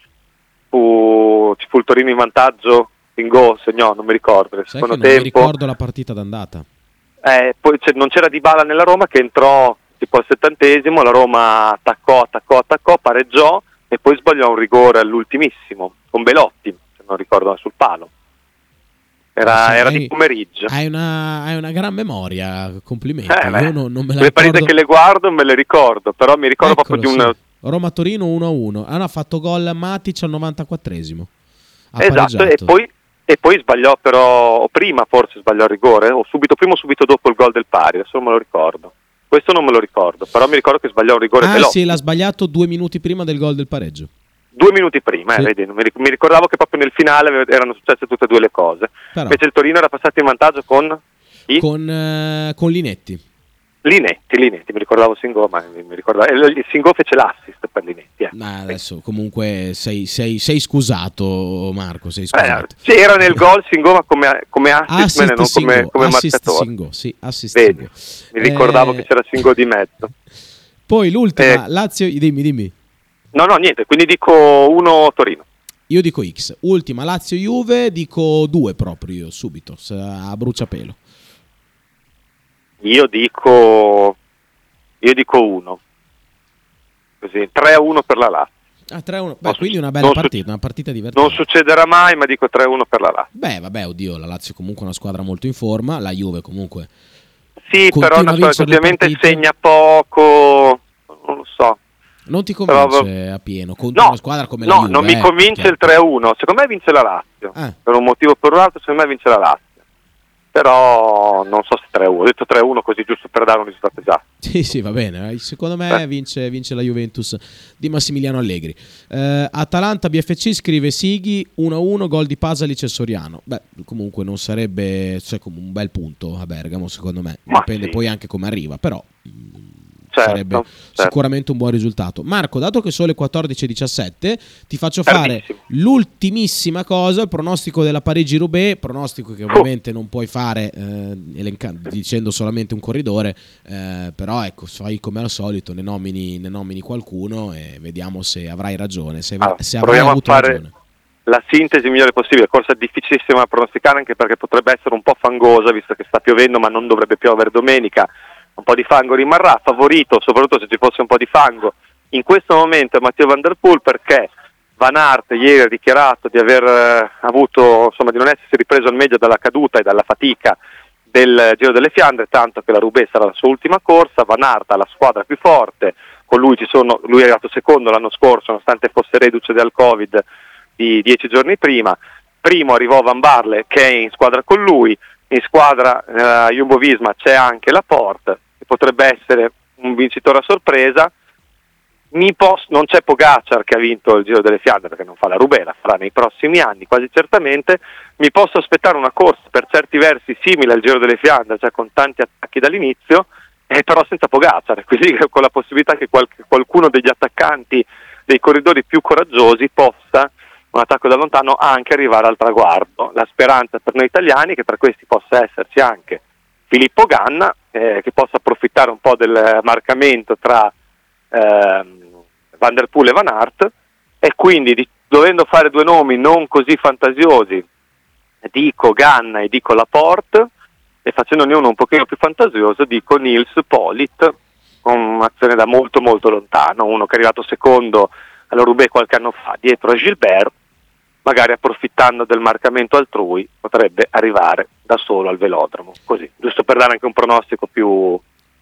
fu, ci fu il Torino in vantaggio, in gol, segnò, non mi ricordo, nel Sai che secondo non mi tempo. ricordo la partita d'andata. Eh, poi c'è- non c'era Dybala nella Roma, che entrò tipo al settantesimo, la Roma attaccò, attaccò, attaccò, pareggiò e poi sbagliò un rigore all'ultimissimo, con Belotti, se non ricordo, sul palo. Era, Sì, era hai- di pomeriggio. Hai una, hai una gran memoria, complimenti. Eh, beh, Io non, non me la le partite ricordo. che le guardo me le ricordo, però mi ricordo Eccolo, proprio di un... sì. Roma-Torino uno a uno. Ah, no, ha fatto gol Matic al novantaquattresimo. Ha Esatto, e pareggiato. poi, e poi sbagliò però, o prima forse sbagliò il rigore, o subito prima o subito dopo il gol del pari, adesso non me lo ricordo. Questo non me lo ricordo, però mi ricordo che sbagliò un rigore Ah, veloce. sì, l'ha sbagliato due minuti prima del gol del pareggio. Due minuti prima, Sì. eh, vedi, non mi, ric- mi ricordavo che proprio nel finale ave- erano successe tutte e due le cose. Però. Invece il Torino era passato in vantaggio con i Con, eh, con Linetti. Linetti, Linetti, mi ricordavo Singò, ma mi mi ricordavo, e il Singò fece l'assist per Linetti. Eh. Ma adesso comunque sei, sei, sei scusato, Marco, sei Eh, scusato. c'era nel gol Singò, ma come, come assist, man, e non come, Singò, come assist marcatore. Singò, sì, assist Vedi, Singò. mi ricordavo Eh, che c'era Singò di mezzo. Poi l'ultima, Eh. Lazio, dimmi, dimmi. No, no, niente, quindi dico uno Torino. Io dico X. Ultima Lazio-Juve, dico due proprio io, subito, s- a bruciapelo. Io dico io dico uno. Così, tre a uno per la Lazio. Ah, tre a uno. Beh, Non quindi su- una bella non su- partita, una partita divertente. Non succederà mai, ma dico tre a uno per la Lazio. Beh, vabbè, oddio, la Lazio comunque è una squadra molto in forma, la Juve comunque Sì, continua però a una squadra che vincere le ovviamente partite. segna poco, non lo so. non ti Però- convince a pieno contro No, una squadra come la no, Juve. non mi eh, convince perché- il tre a uno. Secondo me vince la Lazio. Ah. Per un motivo o per un altro, secondo me vince la Lazio. Però non so se tre a uno. Ho detto tre a uno così giusto per dare un risultato esatto. Sì, sì, va bene. eh. Secondo me Eh. vince, vince la Juventus di Massimiliano Allegri. Eh, Atalanta B F C scrive Sighi uno a uno, gol di Pasalic e Soriano. Beh, comunque non sarebbe, cioè, come un bel punto a Bergamo, secondo me. Ma Dipende sì. poi anche come arriva, però mh, Certo, sarebbe certo. sicuramente un buon risultato. Marco, dato che sono le quattordici e diciassette, ti faccio fare Tardissimo. l'ultimissima cosa, il pronostico della Parigi-Roubaix, pronostico che ovviamente non puoi fare eh, elenca- dicendo solamente un corridore, eh, però ecco, fai come al solito, ne nomini, ne nomini qualcuno e vediamo se avrai ragione, se, Allora, se avrai proviamo a avuto fare ragione. la sintesi migliore possibile. Corsa difficilissima da pronosticare, anche perché potrebbe essere un po' fangosa, visto che sta piovendo ma non dovrebbe piovere domenica. Un po' di fango rimarrà. Favorito, soprattutto se ci fosse un po' di fango in questo momento, è Matteo Van Der Poel, perché Van Aert ieri ha dichiarato di aver eh, avuto, insomma, di non essersi ripreso al meglio dalla caduta e dalla fatica del Giro delle Fiandre, tanto che la Roubaix sarà la sua ultima corsa. Van Aert ha la squadra più forte, con lui ci sono, lui è arrivato secondo l'anno scorso nonostante fosse reduce dal Covid di dieci giorni prima. Primo arrivò Van Barle, che è in squadra con lui. In squadra eh, Jumbo-Visma c'è anche Laporte, che potrebbe essere un vincitore a sorpresa. Mi posso, non c'è Pogacar, che ha vinto il Giro delle Fiandre perché non fa la Roubaix, la farà nei prossimi anni quasi certamente. Mi posso aspettare una corsa per certi versi simile al Giro delle Fiandre, cioè con tanti attacchi dall'inizio, eh, però senza Pogacar, quindi con la possibilità che qualche, qualcuno degli attaccanti dei corridori più coraggiosi possa, un attacco da lontano, anche arrivare al traguardo. La speranza per noi italiani è che tra questi possa esserci anche Filippo Ganna, eh, che possa approfittare un po' del marcamento tra ehm, Van der Poel e Van Aert, e quindi di, dovendo fare due nomi non così fantasiosi, dico Ganna e dico Laporte, e facendone uno un pochino più fantasioso dico Nils Politt, con un'azione da molto molto lontano, uno che è arrivato secondo alla Roubaix qualche anno fa dietro a Gilbert, magari approfittando del marcamento altrui potrebbe arrivare da solo al velodromo, così, giusto per dare anche un pronostico più,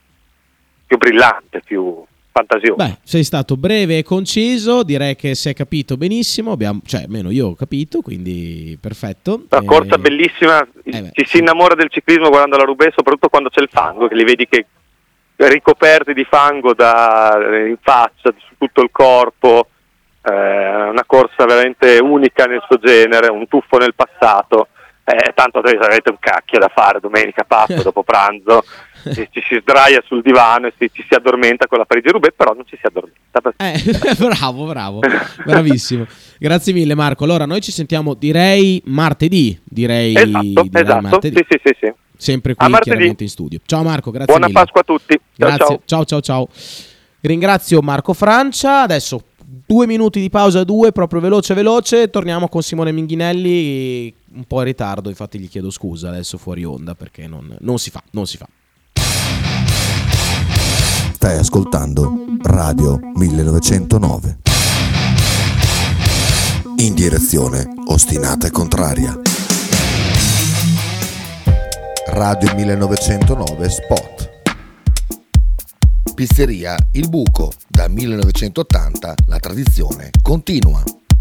più brillante, più fantasioso. Beh, sei stato breve e conciso, direi che si è capito benissimo, abbiamo, cioè almeno io ho capito, quindi perfetto. Una e... corsa bellissima, eh ci si innamora del ciclismo guardando la Roubaix, soprattutto quando c'è il fango, che li vedi che ricoperti di fango da in faccia, su tutto il corpo, eh, una corsa veramente unica nel suo genere, un tuffo nel passato. Eh, tanto avete un cacchio da fare domenica passo dopo pranzo, ci, ci si sdraia sul divano e si, ci si addormenta con la Parigi-Roubaix, però non ci si addormenta. Eh, bravo, bravo, bravissimo. Grazie mille Marco. Allora noi ci sentiamo, direi martedì, direi, esatto, direi esatto. martedì. Sì, sì, sì, sì. Sempre qui chiaramente in studio. Ciao Marco, grazie Buona mille. Pasqua a tutti. Grazie. Ciao, ciao ciao ciao. Ringrazio Marco Francia. Adesso due minuti di pausa, due, proprio veloce veloce. Torniamo con Simone Minghinelli, un po' in ritardo, infatti gli chiedo scusa adesso fuori onda perché non, non si fa, non si fa. Stai ascoltando Radio millenovecentonove. In direzione ostinata e contraria. Radio millenovecentonove Spot. Pizzeria Il Buco. Da millenovecentottanta la tradizione continua.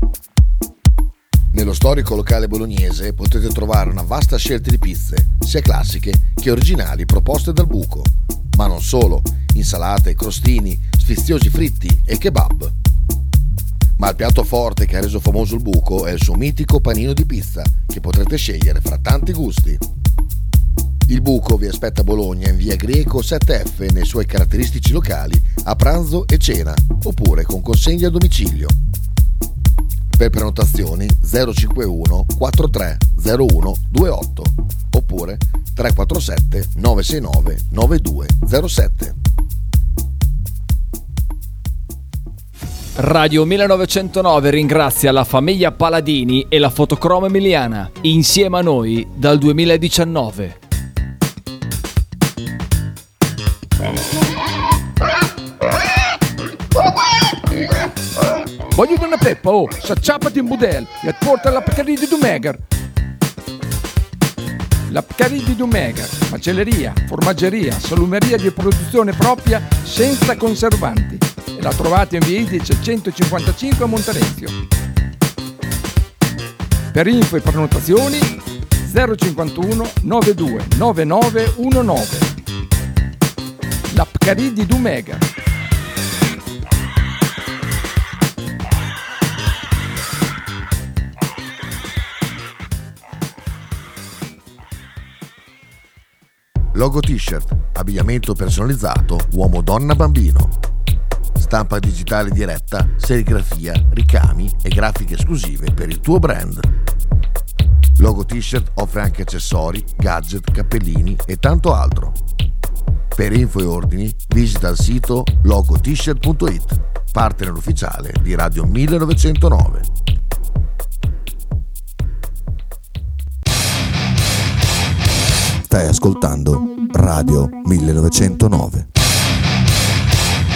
Nello storico locale bolognese potete trovare una vasta scelta di pizze, sia classiche che originali proposte dal Buco. Ma non solo, insalate, crostini, sfiziosi fritti e kebab. Ma il piatto forte che ha reso famoso il Buco è il suo mitico panino di pizza, che potrete scegliere fra tanti gusti. Il Buco vi aspetta a Bologna in via Greco sette F nei suoi caratteristici locali a pranzo e cena, oppure con consegna a domicilio. Per prenotazioni zero cinquantuno quarantatré zero uno ventotto oppure tre quattro sette nove sei nove nove due zero sette. Radio millenovecentonove ringrazia la famiglia Paladini e la Fotocromo Emiliana, insieme a noi dal duemiladiciannove. Voglio una peppa, oh, s'acciappati in budel e porta la Pcaridi di Dumegar. La Pcaridi di Dumegar, macelleria, formaggeria, salumeria di produzione propria senza conservanti. E la trovate in via Idice centocinquantacinque a Monterezio. Per info e prenotazioni zero cinquantuno novantadue novantanove diciannove. La Pcaridi di Dumegar. Logo t-shirt, abbigliamento personalizzato uomo, donna, bambino. Stampa digitale diretta, serigrafia, ricami e grafiche esclusive per il tuo brand. Logo t-shirt offre anche accessori, gadget, cappellini e tanto altro. Per info e ordini visita il sito logo t shirt punto it, partner ufficiale di Radio millenovecentonove. Stai ascoltando Radio millenovecentonove.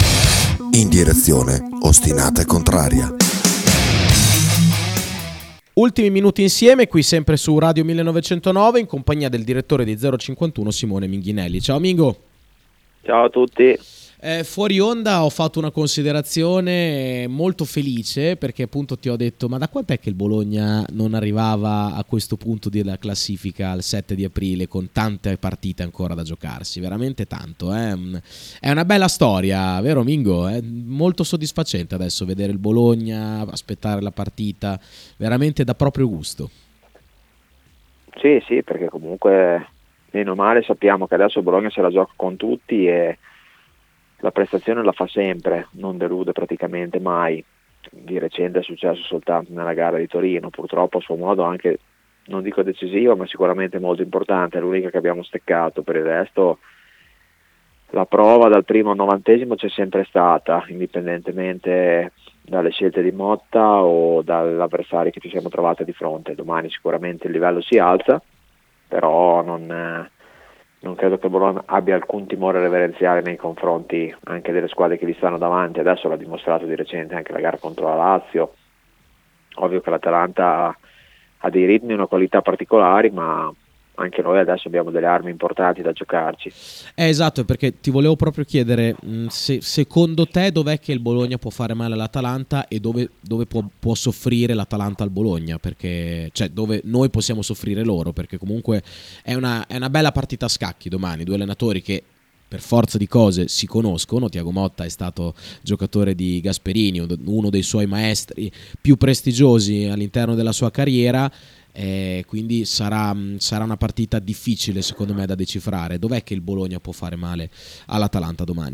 In direzione ostinata e contraria. Ultimi minuti insieme, qui sempre su Radio millenovecentonove, in compagnia del direttore di zero cinquantuno Simone Minghinelli. Ciao Mingo. Ciao a tutti. Eh, fuori onda ho fatto una considerazione molto felice, perché appunto ti ho detto: ma da quant'è che il Bologna non arrivava a questo punto della classifica al sette di aprile con tante partite ancora da giocarsi? Veramente tanto, eh? È una bella storia, vero Mingo? È molto soddisfacente adesso vedere il Bologna, aspettare la partita, veramente da proprio gusto. Sì, sì, perché comunque meno male sappiamo che adesso il Bologna se la gioca con tutti e la prestazione la fa sempre, non delude praticamente mai. Di recente è successo soltanto nella gara di Torino, purtroppo a suo modo anche, non dico decisivo, ma sicuramente molto importante, è l'unica che abbiamo steccato. Per il resto la prova dal primo al novantesimo c'è sempre stata, indipendentemente dalle scelte di Motta o dall'avversario che ci siamo trovati di fronte. Domani sicuramente il livello si alza, però non... non credo che Bologna abbia alcun timore reverenziale nei confronti anche delle squadre che gli stanno davanti. Adesso l'ha dimostrato di recente anche la gara contro la Lazio. Ovvio che l'Atalanta ha dei ritmi e una qualità particolari, ma anche noi adesso abbiamo delle armi importanti da giocarci. Eh, esatto, perché ti volevo proprio chiedere, mh, se secondo te dov'è che il Bologna può fare male all'Atalanta e dove, dove può, può soffrire l'Atalanta al Bologna, perché cioè dove noi possiamo soffrire loro, perché comunque è una, è una bella partita a scacchi domani, due allenatori che per forza di cose si conoscono. Tiago Motta è stato giocatore di Gasperini, uno dei suoi maestri più prestigiosi all'interno della sua carriera. Eh, quindi sarà, sarà una partita difficile secondo me da decifrare. Dov'è che il Bologna può fare male all'Atalanta domani?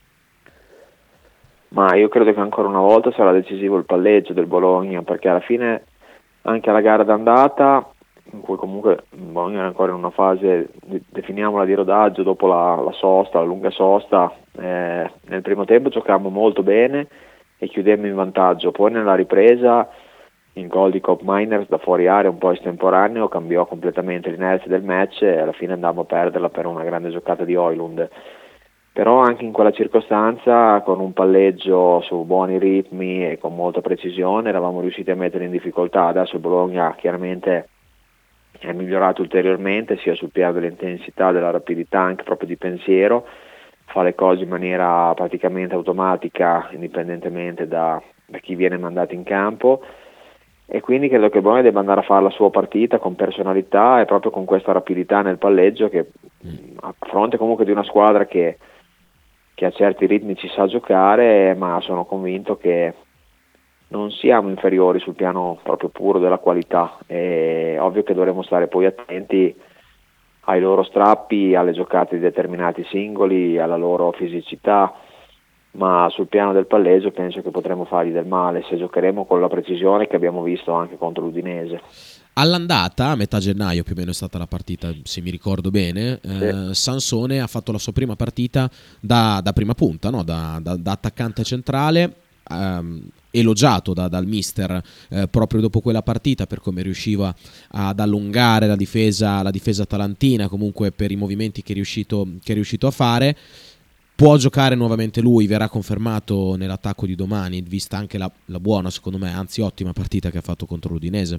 Ma io credo che ancora una volta sarà decisivo il palleggio del Bologna, perché alla fine anche alla gara d'andata, in cui comunque il Bologna è ancora in una fase, definiamola, di rodaggio dopo la, la sosta, la lunga sosta, eh, nel primo tempo giocammo molto bene e chiudemmo in vantaggio. Poi nella ripresa il gol di Cop Miners da fuori area un po' estemporaneo cambiò completamente l'inerzia del match e alla fine andammo a perderla per una grande giocata di Højlund. Però anche in quella circostanza, con un palleggio su buoni ritmi e con molta precisione, eravamo riusciti a mettere in difficoltà. Adesso il Bologna chiaramente è migliorato ulteriormente sia sul piano dell'intensità, della rapidità, anche proprio di pensiero, fa le cose in maniera praticamente automatica indipendentemente da, da chi viene mandato in campo. E quindi credo che Bologna debba andare a fare la sua partita con personalità e proprio con questa rapidità nel palleggio, che a fronte comunque di una squadra che, che a certi ritmi ci sa giocare, ma sono convinto che non siamo inferiori sul piano proprio puro della qualità. È ovvio che dovremo stare poi attenti ai loro strappi, alle giocate di determinati singoli, alla loro fisicità, ma sul piano del palleggio penso che potremo fargli del male se giocheremo con la precisione che abbiamo visto anche contro l'Udinese. All'andata, a metà gennaio più o meno è stata la partita, se mi ricordo bene, sì. eh, Sansone ha fatto la sua prima partita da, da prima punta, no? da, da, da attaccante centrale, ehm, elogiato da, dal mister eh, proprio dopo quella partita per come riusciva ad allungare la difesa, la difesa atalantina, comunque per i movimenti che è riuscito, che è riuscito a fare. Può giocare nuovamente lui, verrà confermato nell'attacco di domani, vista anche la, la buona, secondo me, anzi ottima partita che ha fatto contro l'Udinese.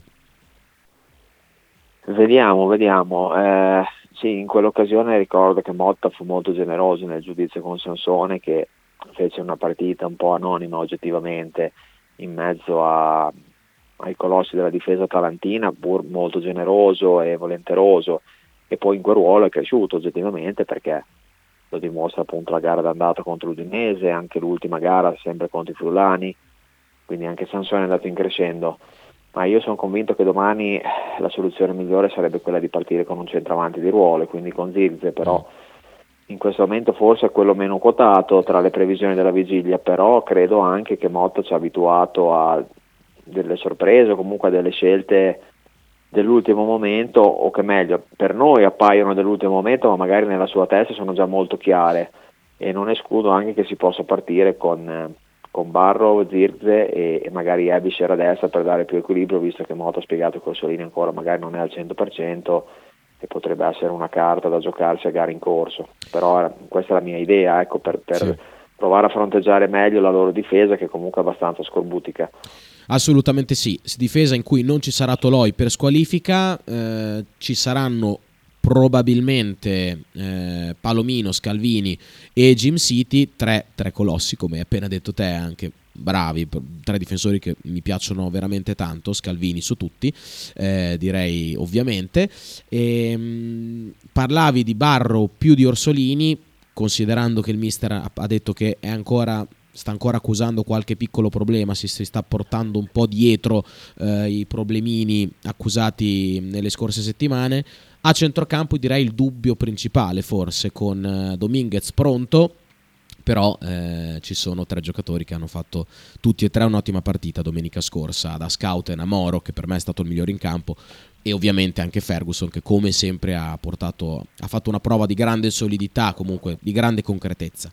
Vediamo, vediamo. Eh, sì, in quell'occasione ricordo che Motta fu molto generoso nel giudizio con Sansone, che fece una partita un po' anonima oggettivamente in mezzo a, ai colossi della difesa atalantina, pur molto generoso e volenteroso, e poi in quel ruolo è cresciuto oggettivamente, perché lo dimostra appunto la gara d'andata contro l'Udinese, anche l'ultima gara sempre contro i Friulani, quindi anche Sansone è andato in crescendo. Ma io sono convinto che domani la soluzione migliore sarebbe quella di partire con un centravanti di ruolo, quindi con Zirkzee, però in questo momento forse è quello meno quotato tra le previsioni della vigilia, però credo anche che Motta ci ha abituato a delle sorprese o comunque a delle scelte dell'ultimo momento, o che meglio, per noi appaiono dell'ultimo momento, ma magari nella sua testa sono già molto chiare, e non escludo anche che si possa partire con, con Barrow, Zirkzee e, e magari Ebischer a destra per dare più equilibrio, visto che Motta ha spiegato che Orsolini ancora magari non è al cento per cento e potrebbe essere una carta da giocarsi a gare in corso. Però questa è la mia idea, ecco, per, per Sì. provare a fronteggiare meglio la loro difesa, che comunque è abbastanza scorbutica. Assolutamente sì, difesa in cui non ci sarà Toloi per squalifica, eh, ci saranno probabilmente eh, Palomino, Scalvini e Jim City, tre, tre colossi come hai appena detto te, anche bravi, tre difensori che mi piacciono veramente tanto, Scalvini su tutti, eh, direi ovviamente. E, mh, parlavi di Barrow più di Orsolini, considerando che il mister ha, ha detto che è ancora... sta ancora accusando qualche piccolo problema, si, si sta portando un po' dietro eh, i problemini accusati nelle scorse settimane. A centrocampo direi il dubbio principale forse, con eh, Dominguez pronto, però eh, ci sono tre giocatori che hanno fatto tutti e tre un'ottima partita domenica scorsa, da Scouten a Moro, che per me è stato il migliore in campo, e ovviamente anche Ferguson, che come sempre ha portato, ha fatto una prova di grande solidità, comunque di grande concretezza.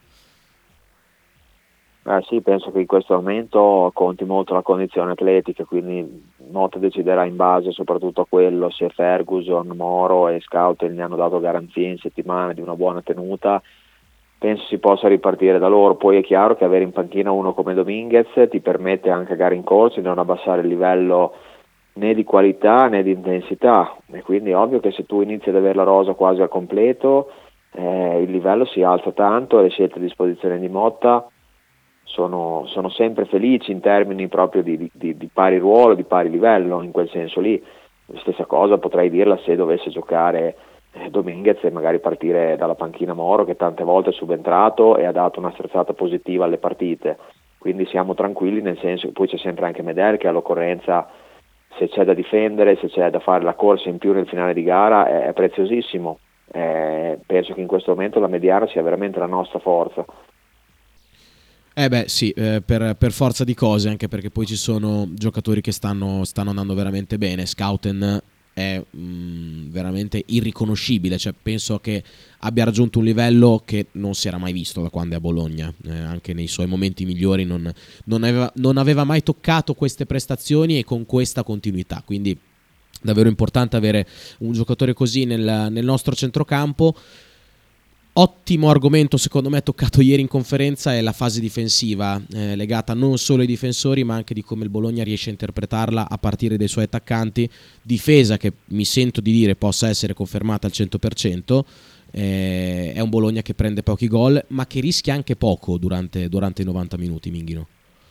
Eh sì, penso che in questo momento conti molto la condizione atletica, quindi Motta deciderà in base soprattutto a quello, se Ferguson, Moro e Scout gli hanno dato garanzie in settimana di una buona tenuta, penso si possa ripartire da loro. Poi è chiaro che avere in panchina uno come Dominguez ti permette anche a gare in corso di non abbassare il livello né di qualità né di intensità, e quindi è ovvio che se tu inizi ad avere la rosa quasi al completo, eh, il livello si alza tanto e le scelte a disposizione di Motta Sono, sono sempre felici in termini proprio di, di, di pari ruolo, di pari livello, in quel senso lì. La stessa cosa potrei dirla se dovesse giocare eh, Dominguez e magari partire dalla panchina Moro, che tante volte è subentrato e ha dato una sterzata positiva alle partite, quindi siamo tranquilli, nel senso che poi c'è sempre anche Medel che all'occorrenza, se c'è da difendere, se c'è da fare la corsa in più nel finale di gara, è, è preziosissimo. Eh, penso che in questo momento la mediana sia veramente la nostra forza. Eh beh sì, eh, per, per forza di cose, anche perché poi ci sono giocatori che stanno, stanno andando veramente bene. Scouten è mh, veramente irriconoscibile, cioè penso che abbia raggiunto un livello che non si era mai visto da quando è a Bologna, eh, anche nei suoi momenti migliori non, non, aveva, non aveva mai toccato queste prestazioni e con questa continuità, quindi davvero importante avere un giocatore così nel, nel nostro centrocampo. Ottimo argomento secondo me toccato ieri in conferenza è la fase difensiva, eh, legata non solo ai difensori ma anche di come il Bologna riesce a interpretarla a partire dai suoi attaccanti, difesa che mi sento di dire possa essere confermata al cento per cento. Eh, è un Bologna che prende pochi gol ma che rischia anche poco durante, durante i novanta minuti, Minghino.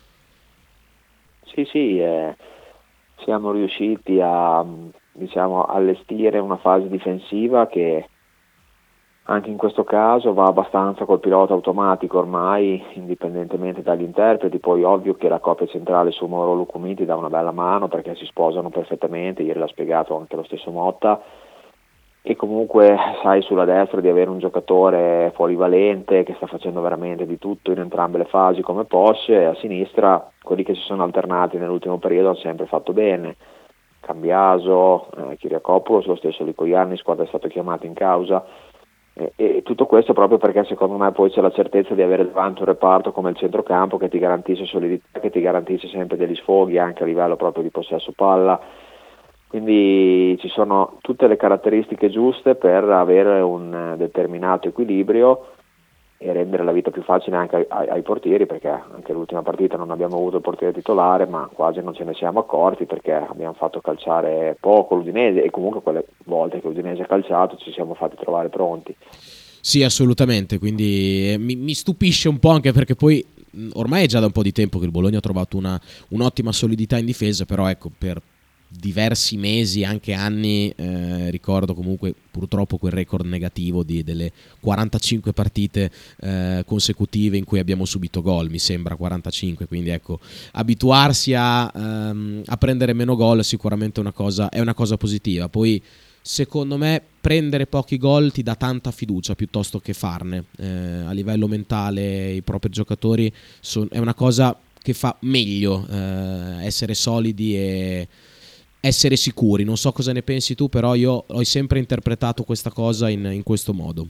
Sì sì, eh, siamo riusciti a, diciamo, allestire una fase difensiva che anche in questo caso va abbastanza col pilota automatico ormai, indipendentemente dagli interpreti. Poi ovvio che la coppia centrale su Moro Lucumiti dà una bella mano perché si sposano perfettamente, ieri l'ha spiegato anche lo stesso Motta, e comunque sai sulla destra di avere un giocatore polivalente che sta facendo veramente di tutto in entrambe le fasi come Porsche, e a sinistra quelli che si sono alternati nell'ultimo periodo hanno sempre fatto bene, Cambiaso, eh, Kyriakopoulos, lo stesso Licoiannis quando è stato chiamato in causa. E tutto questo proprio perché secondo me poi c'è la certezza di avere davanti un reparto come il centrocampo che ti garantisce solidità, che ti garantisce sempre degli sfoghi anche a livello proprio di possesso palla, quindi ci sono tutte le caratteristiche giuste per avere un determinato equilibrio e rendere la vita più facile anche ai, ai, ai portieri, perché anche l'ultima partita non abbiamo avuto il portiere titolare ma quasi non ce ne siamo accorti perché abbiamo fatto calciare poco l'Udinese, e comunque quelle volte che l'Udinese ha calciato ci siamo fatti trovare pronti. Sì, assolutamente, quindi eh, mi, mi stupisce un po' anche perché poi mh, ormai è già da un po' di tempo che il Bologna ha trovato una, un'ottima solidità in difesa, però ecco, per diversi mesi, anche anni, eh, ricordo comunque purtroppo quel record negativo di, delle quarantacinque partite eh, consecutive in cui abbiamo subito gol, mi sembra quarantacinque, quindi ecco, abituarsi a, um, a prendere meno gol sicuramente una cosa, è una cosa positiva. Poi secondo me prendere pochi gol ti dà tanta fiducia piuttosto che farne, eh, a livello mentale i propri giocatori son, è una cosa che fa meglio, eh, essere solidi e essere sicuri. Non so cosa ne pensi tu, però io ho sempre interpretato questa cosa in, in questo modo.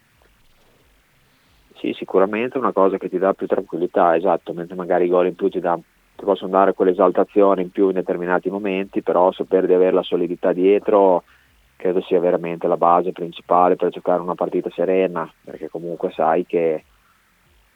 Sì, sicuramente è una cosa che ti dà più tranquillità, esatto, mentre magari i gol in più ti, dà, ti possono dare quell'esaltazione in più in determinati momenti, però sapere di avere la solidità dietro credo sia veramente la base principale per giocare una partita serena, perché comunque sai che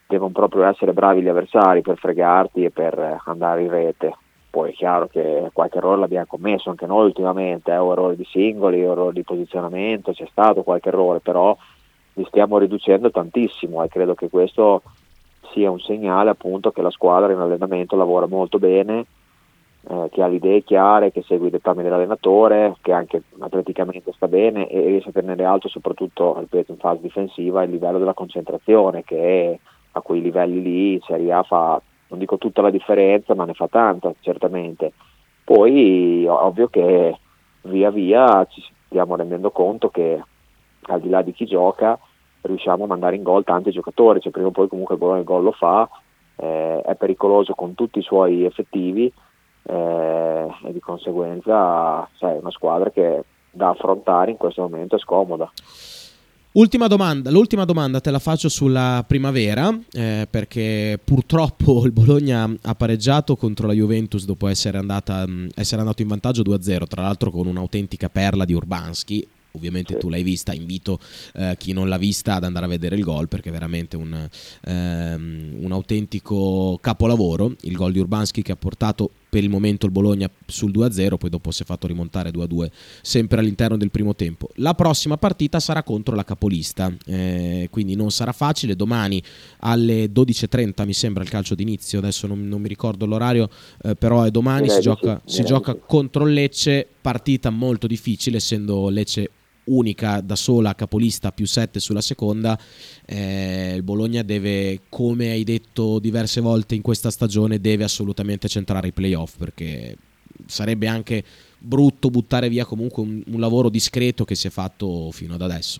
devono proprio essere bravi gli avversari per fregarti e per andare in rete. Poi è chiaro che qualche errore l'abbiamo commesso anche noi ultimamente, eh, o errori di singoli, o errori di posizionamento, c'è stato qualche errore, però li stiamo riducendo tantissimo e credo che questo sia un segnale appunto che la squadra in allenamento lavora molto bene, eh, che ha le idee chiare, che segue i dettami dell'allenatore, che anche atleticamente sta bene e riesce a tenere alto soprattutto, ripeto, in fase difensiva il livello della concentrazione, che a quei livelli lì in Serie A fa, non dico tutta la differenza, ma ne fa tanta certamente. Poi ovvio che via via ci stiamo rendendo conto che al di là di chi gioca riusciamo a mandare in gol tanti giocatori, cioè prima o poi comunque il Bologna il gol lo fa, eh, è pericoloso con tutti i suoi effettivi, eh, e di conseguenza sai, è una squadra che da affrontare in questo momento è scomoda. Ultima domanda, l'ultima domanda te la faccio sulla primavera, eh, perché purtroppo il Bologna ha pareggiato contro la Juventus dopo essere, andata, mh, essere andato in vantaggio due a zero, tra l'altro con un'autentica perla di Urbanski. Ovviamente sì. Tu l'hai vista, invito eh, chi non l'ha vista ad andare a vedere il gol, perché è veramente un, ehm, un autentico capolavoro, il gol di Urbanski che ha portato per il momento il Bologna sul due a zero, poi dopo si è fatto rimontare due a due sempre all'interno del primo tempo. La prossima partita sarà contro la capolista, eh, quindi non sarà facile. Domani alle dodici e trenta mi sembra il calcio d'inizio, adesso non, non mi ricordo l'orario, eh, però è domani, si gioca, si gioca contro il Lecce, partita molto difficile essendo Lecce unica da sola capolista più sette sulla seconda. eh, il Bologna deve, come hai detto diverse volte in questa stagione, deve assolutamente centrare i playoff, perché sarebbe anche brutto buttare via comunque un, un lavoro discreto che si è fatto fino ad adesso.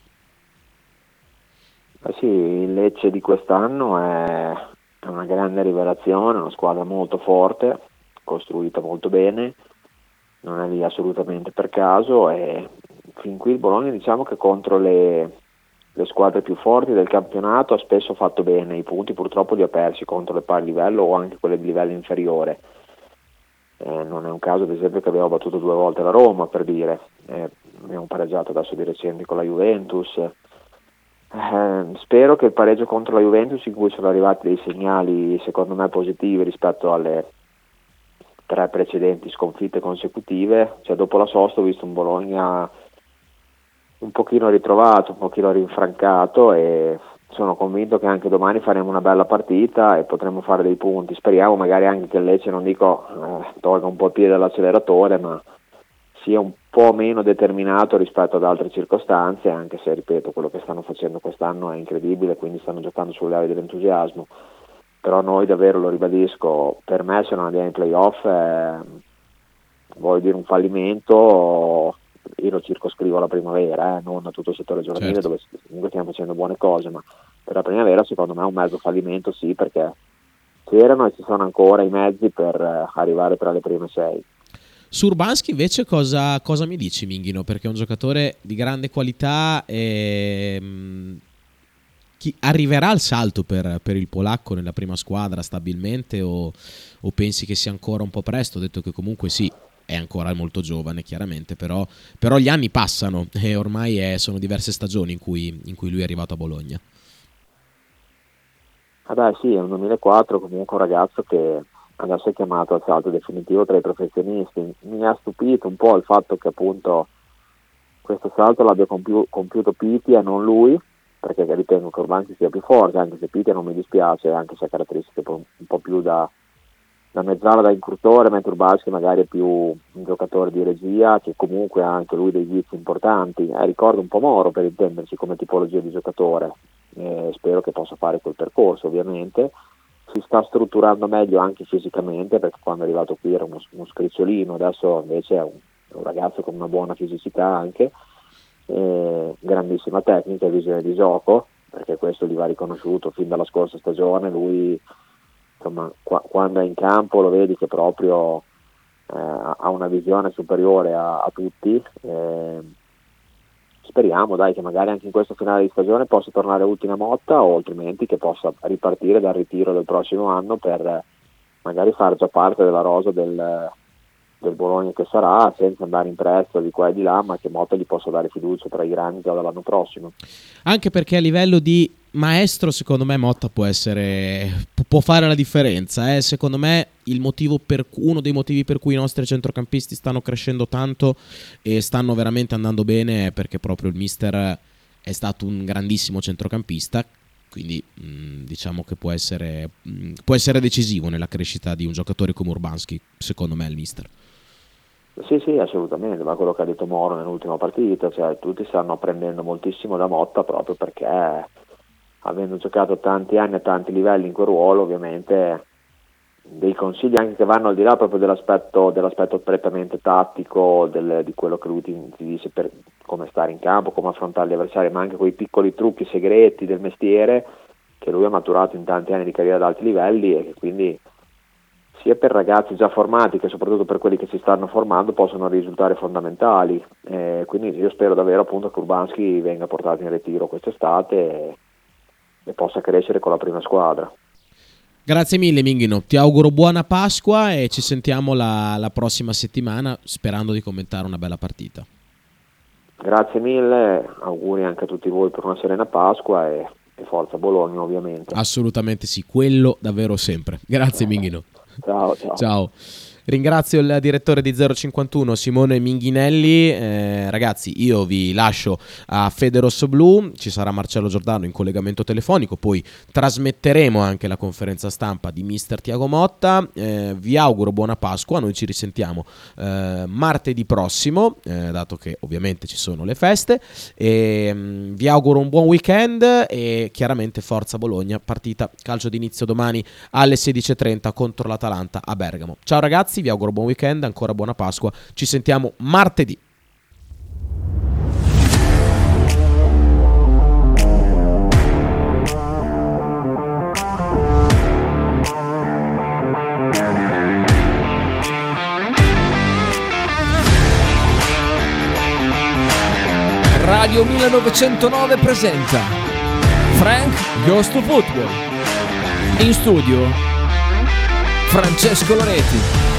Eh sì, il Lecce di quest'anno è, è una grande rivelazione, una squadra molto forte, costruita molto bene, non è lì assolutamente per caso, e fin qui il Bologna diciamo che contro le, le squadre più forti del campionato ha spesso fatto bene, i punti purtroppo li ha persi contro le pari livello o anche quelle di livello inferiore. Eh, non è un caso ad esempio che abbiamo battuto due volte la Roma, per dire, eh, abbiamo pareggiato adesso di recente con la Juventus. Eh, spero che il pareggio contro la Juventus, in cui sono arrivati dei segnali secondo me positivi rispetto alle tre precedenti sconfitte consecutive, cioè dopo la sosta ho visto un Bologna un pochino ritrovato, un pochino rinfrancato, e sono convinto che anche domani faremo una bella partita e potremo fare dei punti. Speriamo magari anche che il Lecce, non dico eh, tolga un po' il piede dall'acceleratore, ma sia un po' meno determinato rispetto ad altre circostanze, anche se ripeto quello che stanno facendo quest'anno è incredibile, quindi stanno giocando sulle ali dell'entusiasmo. Però noi davvero, lo ribadisco, per me se non andiamo in playoff eh, voglio dire un fallimento. Io lo circoscrivo alla primavera, eh, non a tutto il settore giovanile, certo, dove comunque stiamo facendo buone cose, ma per la primavera secondo me è un mezzo fallimento, sì, perché c'erano e ci sono ancora i mezzi per eh, arrivare tra le prime sei. Su Urbanski invece cosa, cosa mi dici, Minghino? Perché è un giocatore di grande qualità e mh, chi arriverà al salto per, per il polacco nella prima squadra stabilmente, o, o pensi che sia ancora un po' presto? Ho detto che comunque sì, è ancora molto giovane chiaramente, però, però gli anni passano e ormai è, sono diverse stagioni in cui, in cui lui è arrivato a Bologna. Ah beh sì, è un duemilaquattro, comunque un ragazzo che adesso è chiamato al salto definitivo tra i professionisti. Mi ha stupito un po' il fatto che appunto questo salto l'abbia compiu- compiuto Pitia e non lui, perché ritengo che Urbanski sia più forte, anche se Pitia non mi dispiace, anche se ha caratteristiche un, un po' più da da mezzala, da incursore, mentre Urbanski magari è più un giocatore di regia, che comunque ha anche lui dei vizi importanti. Eh, ricordo un po' Moro, per intenderci, come tipologia di giocatore. Eh, spero che possa fare quel percorso, ovviamente. Si sta strutturando meglio anche fisicamente, perché quando è arrivato qui era uno, uno scricciolino, adesso invece è un, un ragazzo con una buona fisicità anche, eh, grandissima tecnica e visione di gioco, perché questo gli va riconosciuto fin dalla scorsa stagione. Lui insomma qua, quando è in campo lo vedi che proprio eh, ha una visione superiore a, a tutti. Eh, speriamo dai che magari anche in questo finale di stagione possa tornare ultima Motta, o altrimenti che possa ripartire dal ritiro del prossimo anno per magari fare già parte della rosa del, del Bologna che sarà, senza andare in prestito di qua e di là, ma che Motta gli possa dare fiducia tra i grandi già dall'anno prossimo. Anche perché a livello di maestro, secondo me Motta può essere può fare la differenza. Eh? Secondo me il motivo per uno dei motivi per cui i nostri centrocampisti stanno crescendo tanto e stanno veramente andando bene è perché proprio il mister è stato un grandissimo centrocampista. Quindi mh, diciamo che può essere mh, può essere decisivo nella crescita di un giocatore come Urbanski, secondo me, il mister. Sì, sì, assolutamente, ma quello che ha detto Moro nell'ultima partita, cioè tutti stanno apprendendo moltissimo da Motta proprio perché, avendo giocato tanti anni a tanti livelli in quel ruolo, ovviamente dei consigli anche che vanno al di là proprio dell'aspetto, dell'aspetto prettamente tattico, del, di quello che lui ti, ti dice per come stare in campo, come affrontare gli avversari, ma anche quei piccoli trucchi segreti del mestiere che lui ha maturato in tanti anni di carriera ad alti livelli e che quindi sia per ragazzi già formati che soprattutto per quelli che si stanno formando possono risultare fondamentali. Eh, quindi io spero davvero appunto che Urbanski venga portato in ritiro quest'estate e, e possa crescere con la prima squadra. Grazie mille Minghino, ti auguro buona Pasqua e ci sentiamo la, la prossima settimana sperando di commentare una bella partita. Grazie mille, auguri anche a tutti voi per una serena Pasqua e, e forza Bologna ovviamente. Assolutamente sì, quello davvero sempre. Grazie Minghino. Ciao, ciao. Ciao. Ringrazio il direttore di zero cinquantuno Simone Minghinelli. Eh, ragazzi, io vi lascio a Fede Rosso Blu, ci sarà Marcello Giordano in collegamento telefonico, poi trasmetteremo anche la conferenza stampa di mister Tiago Motta. Eh, vi auguro buona Pasqua, noi ci risentiamo eh, martedì prossimo, eh, dato che ovviamente ci sono le feste, e mh, vi auguro un buon weekend e chiaramente forza Bologna, partita calcio d'inizio domani alle sedici e trenta contro l'Atalanta a Bergamo. Ciao ragazzi, vi auguro buon weekend, ancora buona Pasqua, ci sentiamo martedì. Radio millenovecentonove presenta Frank Goes to Football. In studio Francesco Loreti.